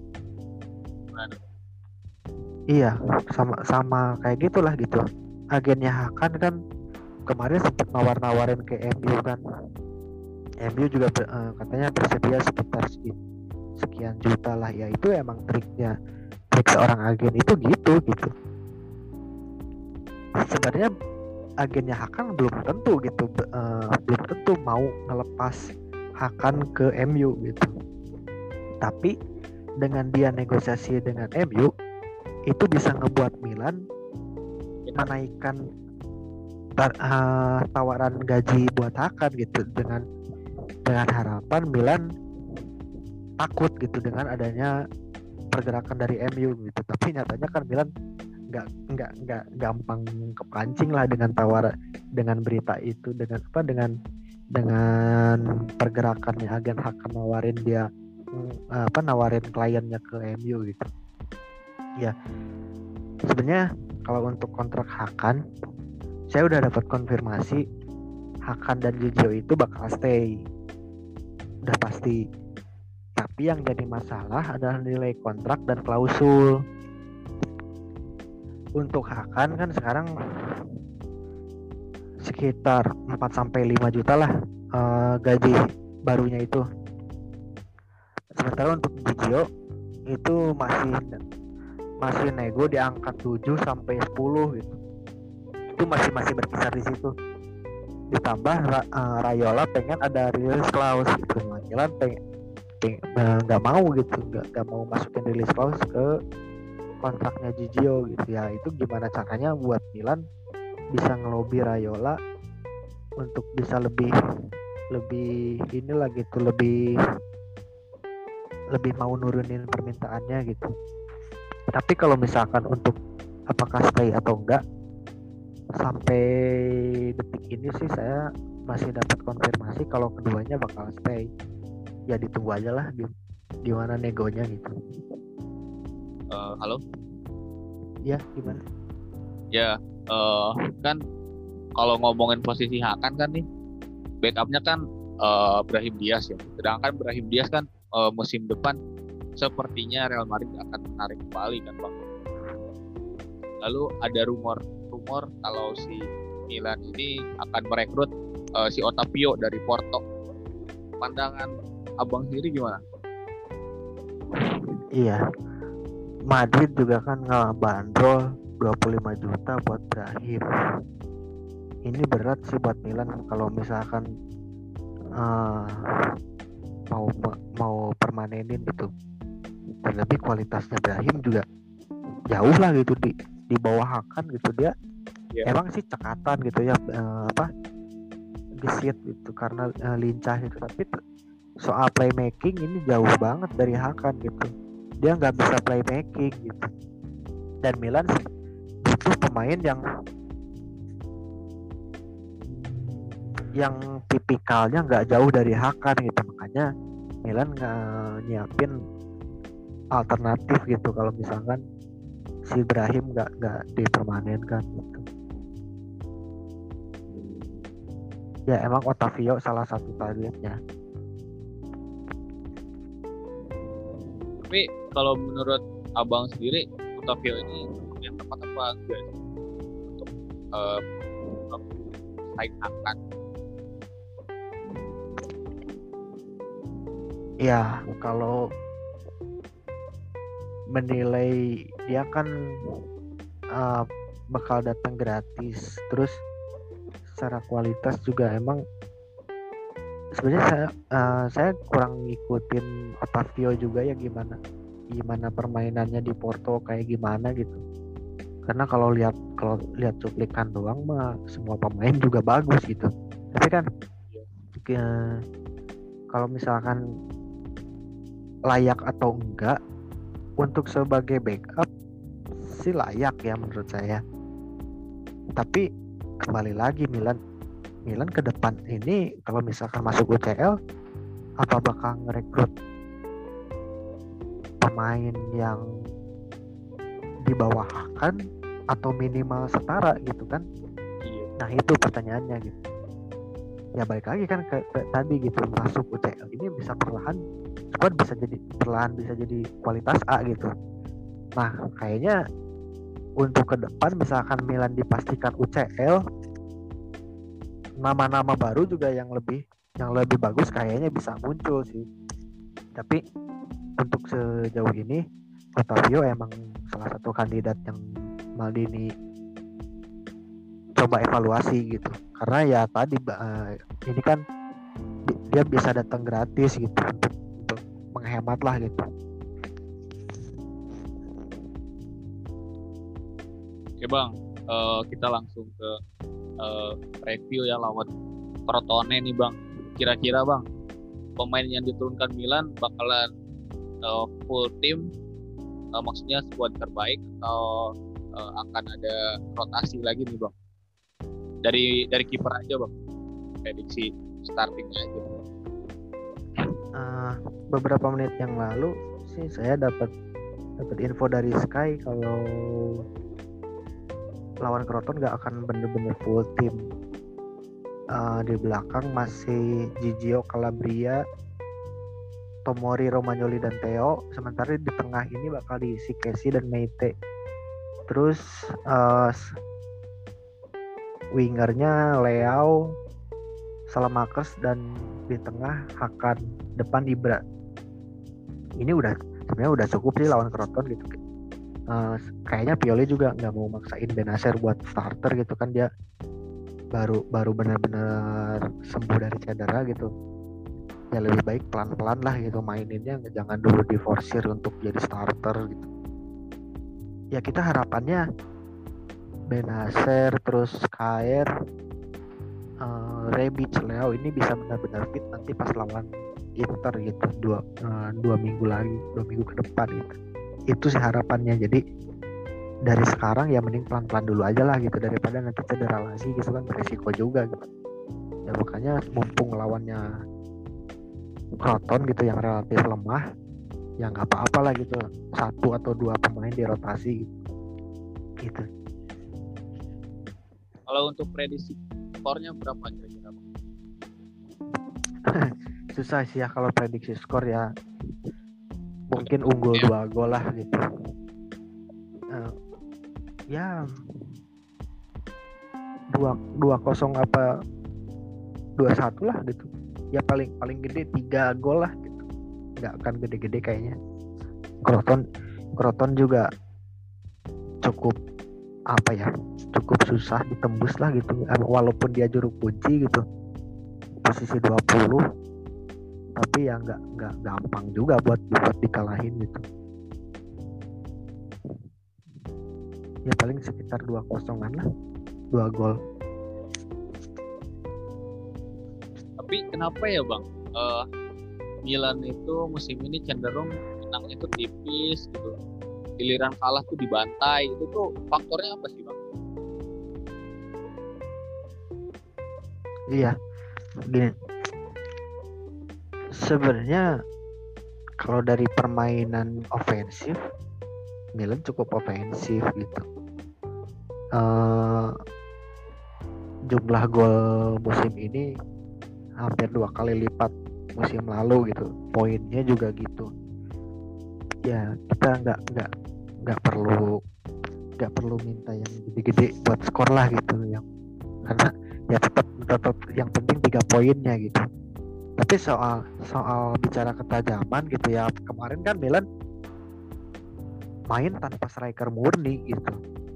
Iya, sama kayak gitulah gitu. Agennya Hakan kan kemarin sempat nawar-nawarin ke MU kan. MU juga katanya bersedia sekitar sekian juta lah, ya itu emang trik seorang agen itu gitu. Sebenarnya agennya Hakan belum tentu gitu, belum tentu mau ngelepas Hakan ke MU gitu. Tapi dengan dia negosiasi dengan MU itu bisa ngebuat Milan menaikkan tawaran gaji buat Hakan gitu, dengan harapan Milan takut gitu dengan adanya pergerakan dari MU gitu. Tapi nyatanya kan Milan nggak gampang kepancing lah dengan dengan berita itu, dengan pergerakannya agen Hakan nawarin dia nawarin kliennya ke MU gitu. Ya sebenarnya kalau untuk kontrak Hakan, saya udah dapat konfirmasi Hakan dan Gigio itu bakal stay, udah pasti. Tapi yang jadi masalah adalah nilai kontrak dan klausul. Untuk Hakan kan sekarang sekitar 4-5 juta lah gaji barunya itu. Sementara untuk Gigio itu masih nego di angka 7-10 gitu. Itu masih berkisar di situ. Ditambah Raiola pengen ada release clause gitu. Milan nggak mau gitu, nggak mau masukin release clause ke kontraknya Gigio gitu ya. Itu gimana caranya buat Milan bisa ngelobi Raiola untuk bisa lebih inilah gitu, lebih mau nurunin permintaannya gitu. Tapi kalau misalkan untuk apakah stay atau enggak, sampai detik ini sih saya masih dapat konfirmasi kalau keduanya bakal stay. Ya ditunggu aja lah gimana negonya gitu. Halo? Ya gimana? Ya kan kalau ngomongin posisi Hakan kan nih, backupnya kan Brahim Diaz ya. Sedangkan Brahim Diaz kan musim depan sepertinya Real Madrid akan menarik kembali kan Bang. Lalu ada rumor kalau si Milan ini akan merekrut si Otavio dari Porto. Pandangan Abang sendiri gimana? Iya, Madrid juga kan ngebandrol 25 juta buat Brahim. Ini berat sih buat Milan kalau misalkan mau permanenin gitu. Terlebih kualitasnya Brahim juga jauh lah gitu di bawah Hakan gitu. Dia emang sih cekatan gitu ya, gesit gitu karena lincah gitu, tapi soal playmaking ini jauh banget dari Hakan gitu. Dia nggak bisa playmaking gitu. Dan Milan butuh pemain yang yang tipikalnya nggak jauh dari Hakan gitu, makanya Milan nggak nyiapin alternatif gitu kalau misalkan si Ibrahim nggak dipermanenkan gitu. Ya emang Otavio salah satu targetnya. Tapi kalau menurut abang sendiri, Otavio ini yang tepat apa enggak sih untuk saing Hakan? Ya kalau menilai dia kan bakal datang gratis, terus secara kualitas juga emang sebenarnya saya kurang ngikutin Otavio juga ya, gimana permainannya di Porto kayak gimana gitu. Karena kalau lihat cuplikan doang mah semua pemain juga bagus gitu. Tapi kan kalau misalkan layak atau enggak untuk sebagai backup sih layak ya menurut saya. Tapi kembali lagi Milan ke depan ini kalau misalkan masuk UCL apa bakal ngerekrut pemain yang di bawah kan atau minimal setara gitu kan? Nah itu pertanyaannya gitu. Ya balik lagi kan ke tadi gitu, masuk UCL ini bisa perlahan bisa jadi kualitas A gitu. Nah kayaknya untuk ke depan misalkan Milan dipastikan UCL, nama-nama baru juga yang lebih bagus kayaknya bisa muncul sih. Tapi untuk sejauh ini Otavio emang salah satu kandidat yang Maldini coba evaluasi gitu. Karena ya tadi ini kan dia bisa datang gratis gitu untuk menghemat lah gitu. Oke bang, kita langsung ke review ya lawan Crotone nih bang. Kira-kira bang, pemain yang diturunkan Milan bakalan full tim, maksudnya squad terbaik atau akan ada rotasi lagi nih bang? Dari kiper aja bang, prediksi startingnya aja. Beberapa menit yang lalu sih saya dapat info dari Sky kalau lawan Crotone nggak akan bener-bener full tim. Di belakang masih Gigio Calabria, Tomori, Romagnoli dan Theo. Sementara di tengah ini bakal diisi Kessie dan Meite. Terus wingernya Leao, Salamakers, dan di tengah Hakan, depan Ibra. Ini sebenarnya udah cukup sih lawan Crotone gitu. Kayaknya Pioli juga nggak mau maksain Benacer buat starter gitu kan, dia baru benar-benar sembuh dari cedera gitu. Ya lebih baik pelan-pelan lah gitu maininnya, jangan dulu diforsir untuk jadi starter gitu. Ya kita harapannya Benacer terus Kair, Rebic, Leo ini bisa benar-benar fit nanti pas lawan Inter gitu, dua minggu ke depan gitu. Itu sih harapannya. Jadi dari sekarang ya mending pelan-pelan dulu aja lah gitu, daripada nanti cedera lagi gitu kan, beresiko juga gitu. Ya makanya mumpung lawannya Crotone gitu yang relatif lemah, ya nggak apa-apa lah gitu, 1 atau 2 pemain dirotasi gitu. Kalau untuk prediksi skornya berapa kira-kira bang? Susah sih ya kalau prediksi skor ya, mungkin unggul 2 gol lah gitu. Ya 2-0 apa 2-1 lah gitu. Ya paling gede 3 gol lah gitu. Nggak akan gede-gede kayaknya. Crotone juga cukup susah ditembus lah gitu. Walaupun dia juru kunci gitu, posisi 20, tapi ya nggak gampang juga buat dikalahin gitu. Ya paling sekitar 2-0-an lah, 2 gol. Tapi kenapa ya bang, Milan itu musim ini cenderung menangnya itu tipis gitu, giliran kalah tuh dibantai, itu tuh faktornya apa sih bang? Iya, Gini, sebenarnya kalau dari permainan ofensif, Milan cukup ofensif gitu. Jumlah gol musim ini hampir 2 kali lipat musim lalu gitu. Poinnya juga gitu. Ya kita nggak perlu minta yang gede-gede buat skor lah gitu, yang karena ya tetap yang penting 3 poinnya gitu. Tapi soal bicara ketajaman gitu ya, kemarin kan Milan main tanpa striker murni gitu.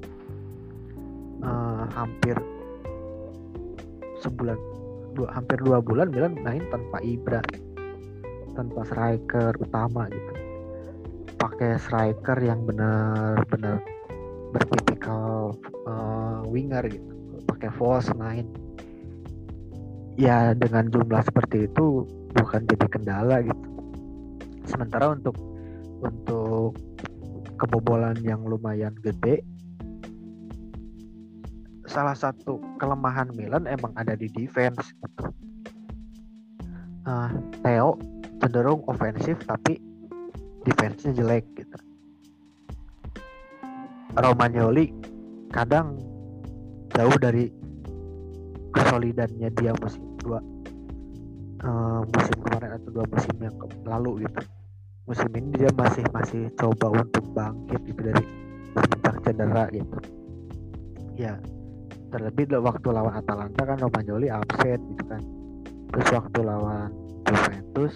Hampir 2 bulan Milan main tanpa Ibra, tanpa striker utama gitu. Pakai striker yang benar-benar bertipikal winger gitu, pakai false 9. Ya dengan jumlah seperti itu bukan jadi kendala gitu. Sementara untuk kebobolan yang lumayan gede, salah satu kelemahan Milan emang ada di defense gitu. Theo cenderung ofensif tapi defense-nya jelek gitu. Romagnoli kadang jauh dari kesolidannya dia musim kemarin atau 2 musim yang lalu gitu. Musim ini dia masih coba untuk bangkit gitu dari semenjak cedera gitu. Ya terlebih waktu lawan Atalanta kan Romagnoli absen gitu kan. Terus waktu lawan Juventus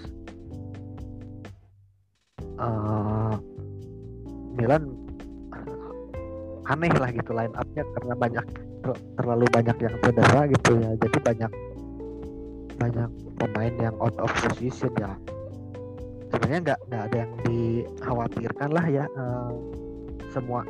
Milan aneh lah gitu line up-nya karena terlalu banyak yang cedera gitu ya. Jadi banyak pemain yang out of position ya. Sebenarnya nggak ada yang dikhawatirkan lah ya. Semua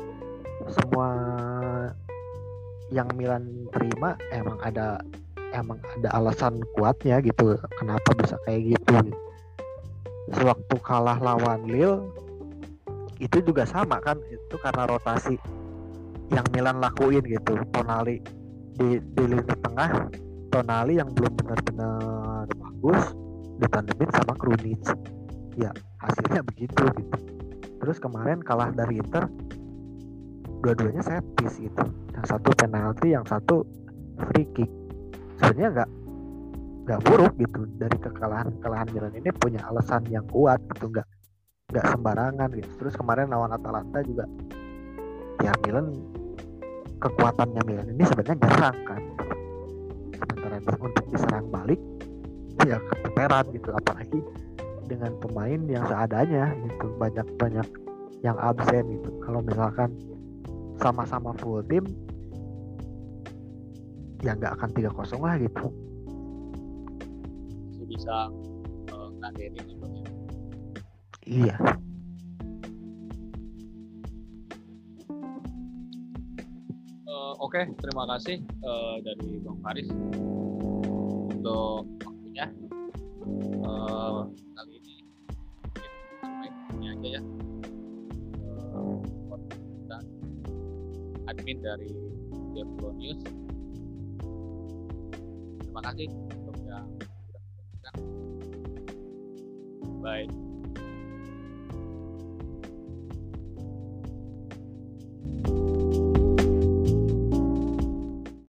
yang Milan terima emang ada alasan kuatnya gitu kenapa bisa kayak gitu. Sewaktu kalah lawan Lille itu juga sama kan, itu karena rotasi yang Milan lakuin gitu. Tonali di lini tengah, Tonali yang belum benar-benar bagus ditandemin sama Krunic. Ya hasilnya begitu gitu. Terus kemarin kalah dari Inter, dua-duanya set piece gitu. Yang satu penalti, yang satu free kick. Sebenarnya nggak buruk gitu. Dari kekalahan Milan ini punya alasan yang kuat gitu, nggak sembarangan gitu. Terus kemarin lawan Atalanta juga ya kekuatannya Milan ini sebenarnya nyerang kan, sementara untuk diserang balik ya keteteran gitu, apalagi dengan pemain yang seadanya gitu, banyak yang absen gitu. Kalau misalkan sama-sama full tim ya nggak akan 3-0 lah gitu. Masih bisa ngadein itu ya. Iya. Oke, terima kasih dari Bang Faris untuk waktunya. Kali ini sampai ini aja ya. Dan admin dari Devlo News. Terima kasih untuk yang sudah menonton. Bye.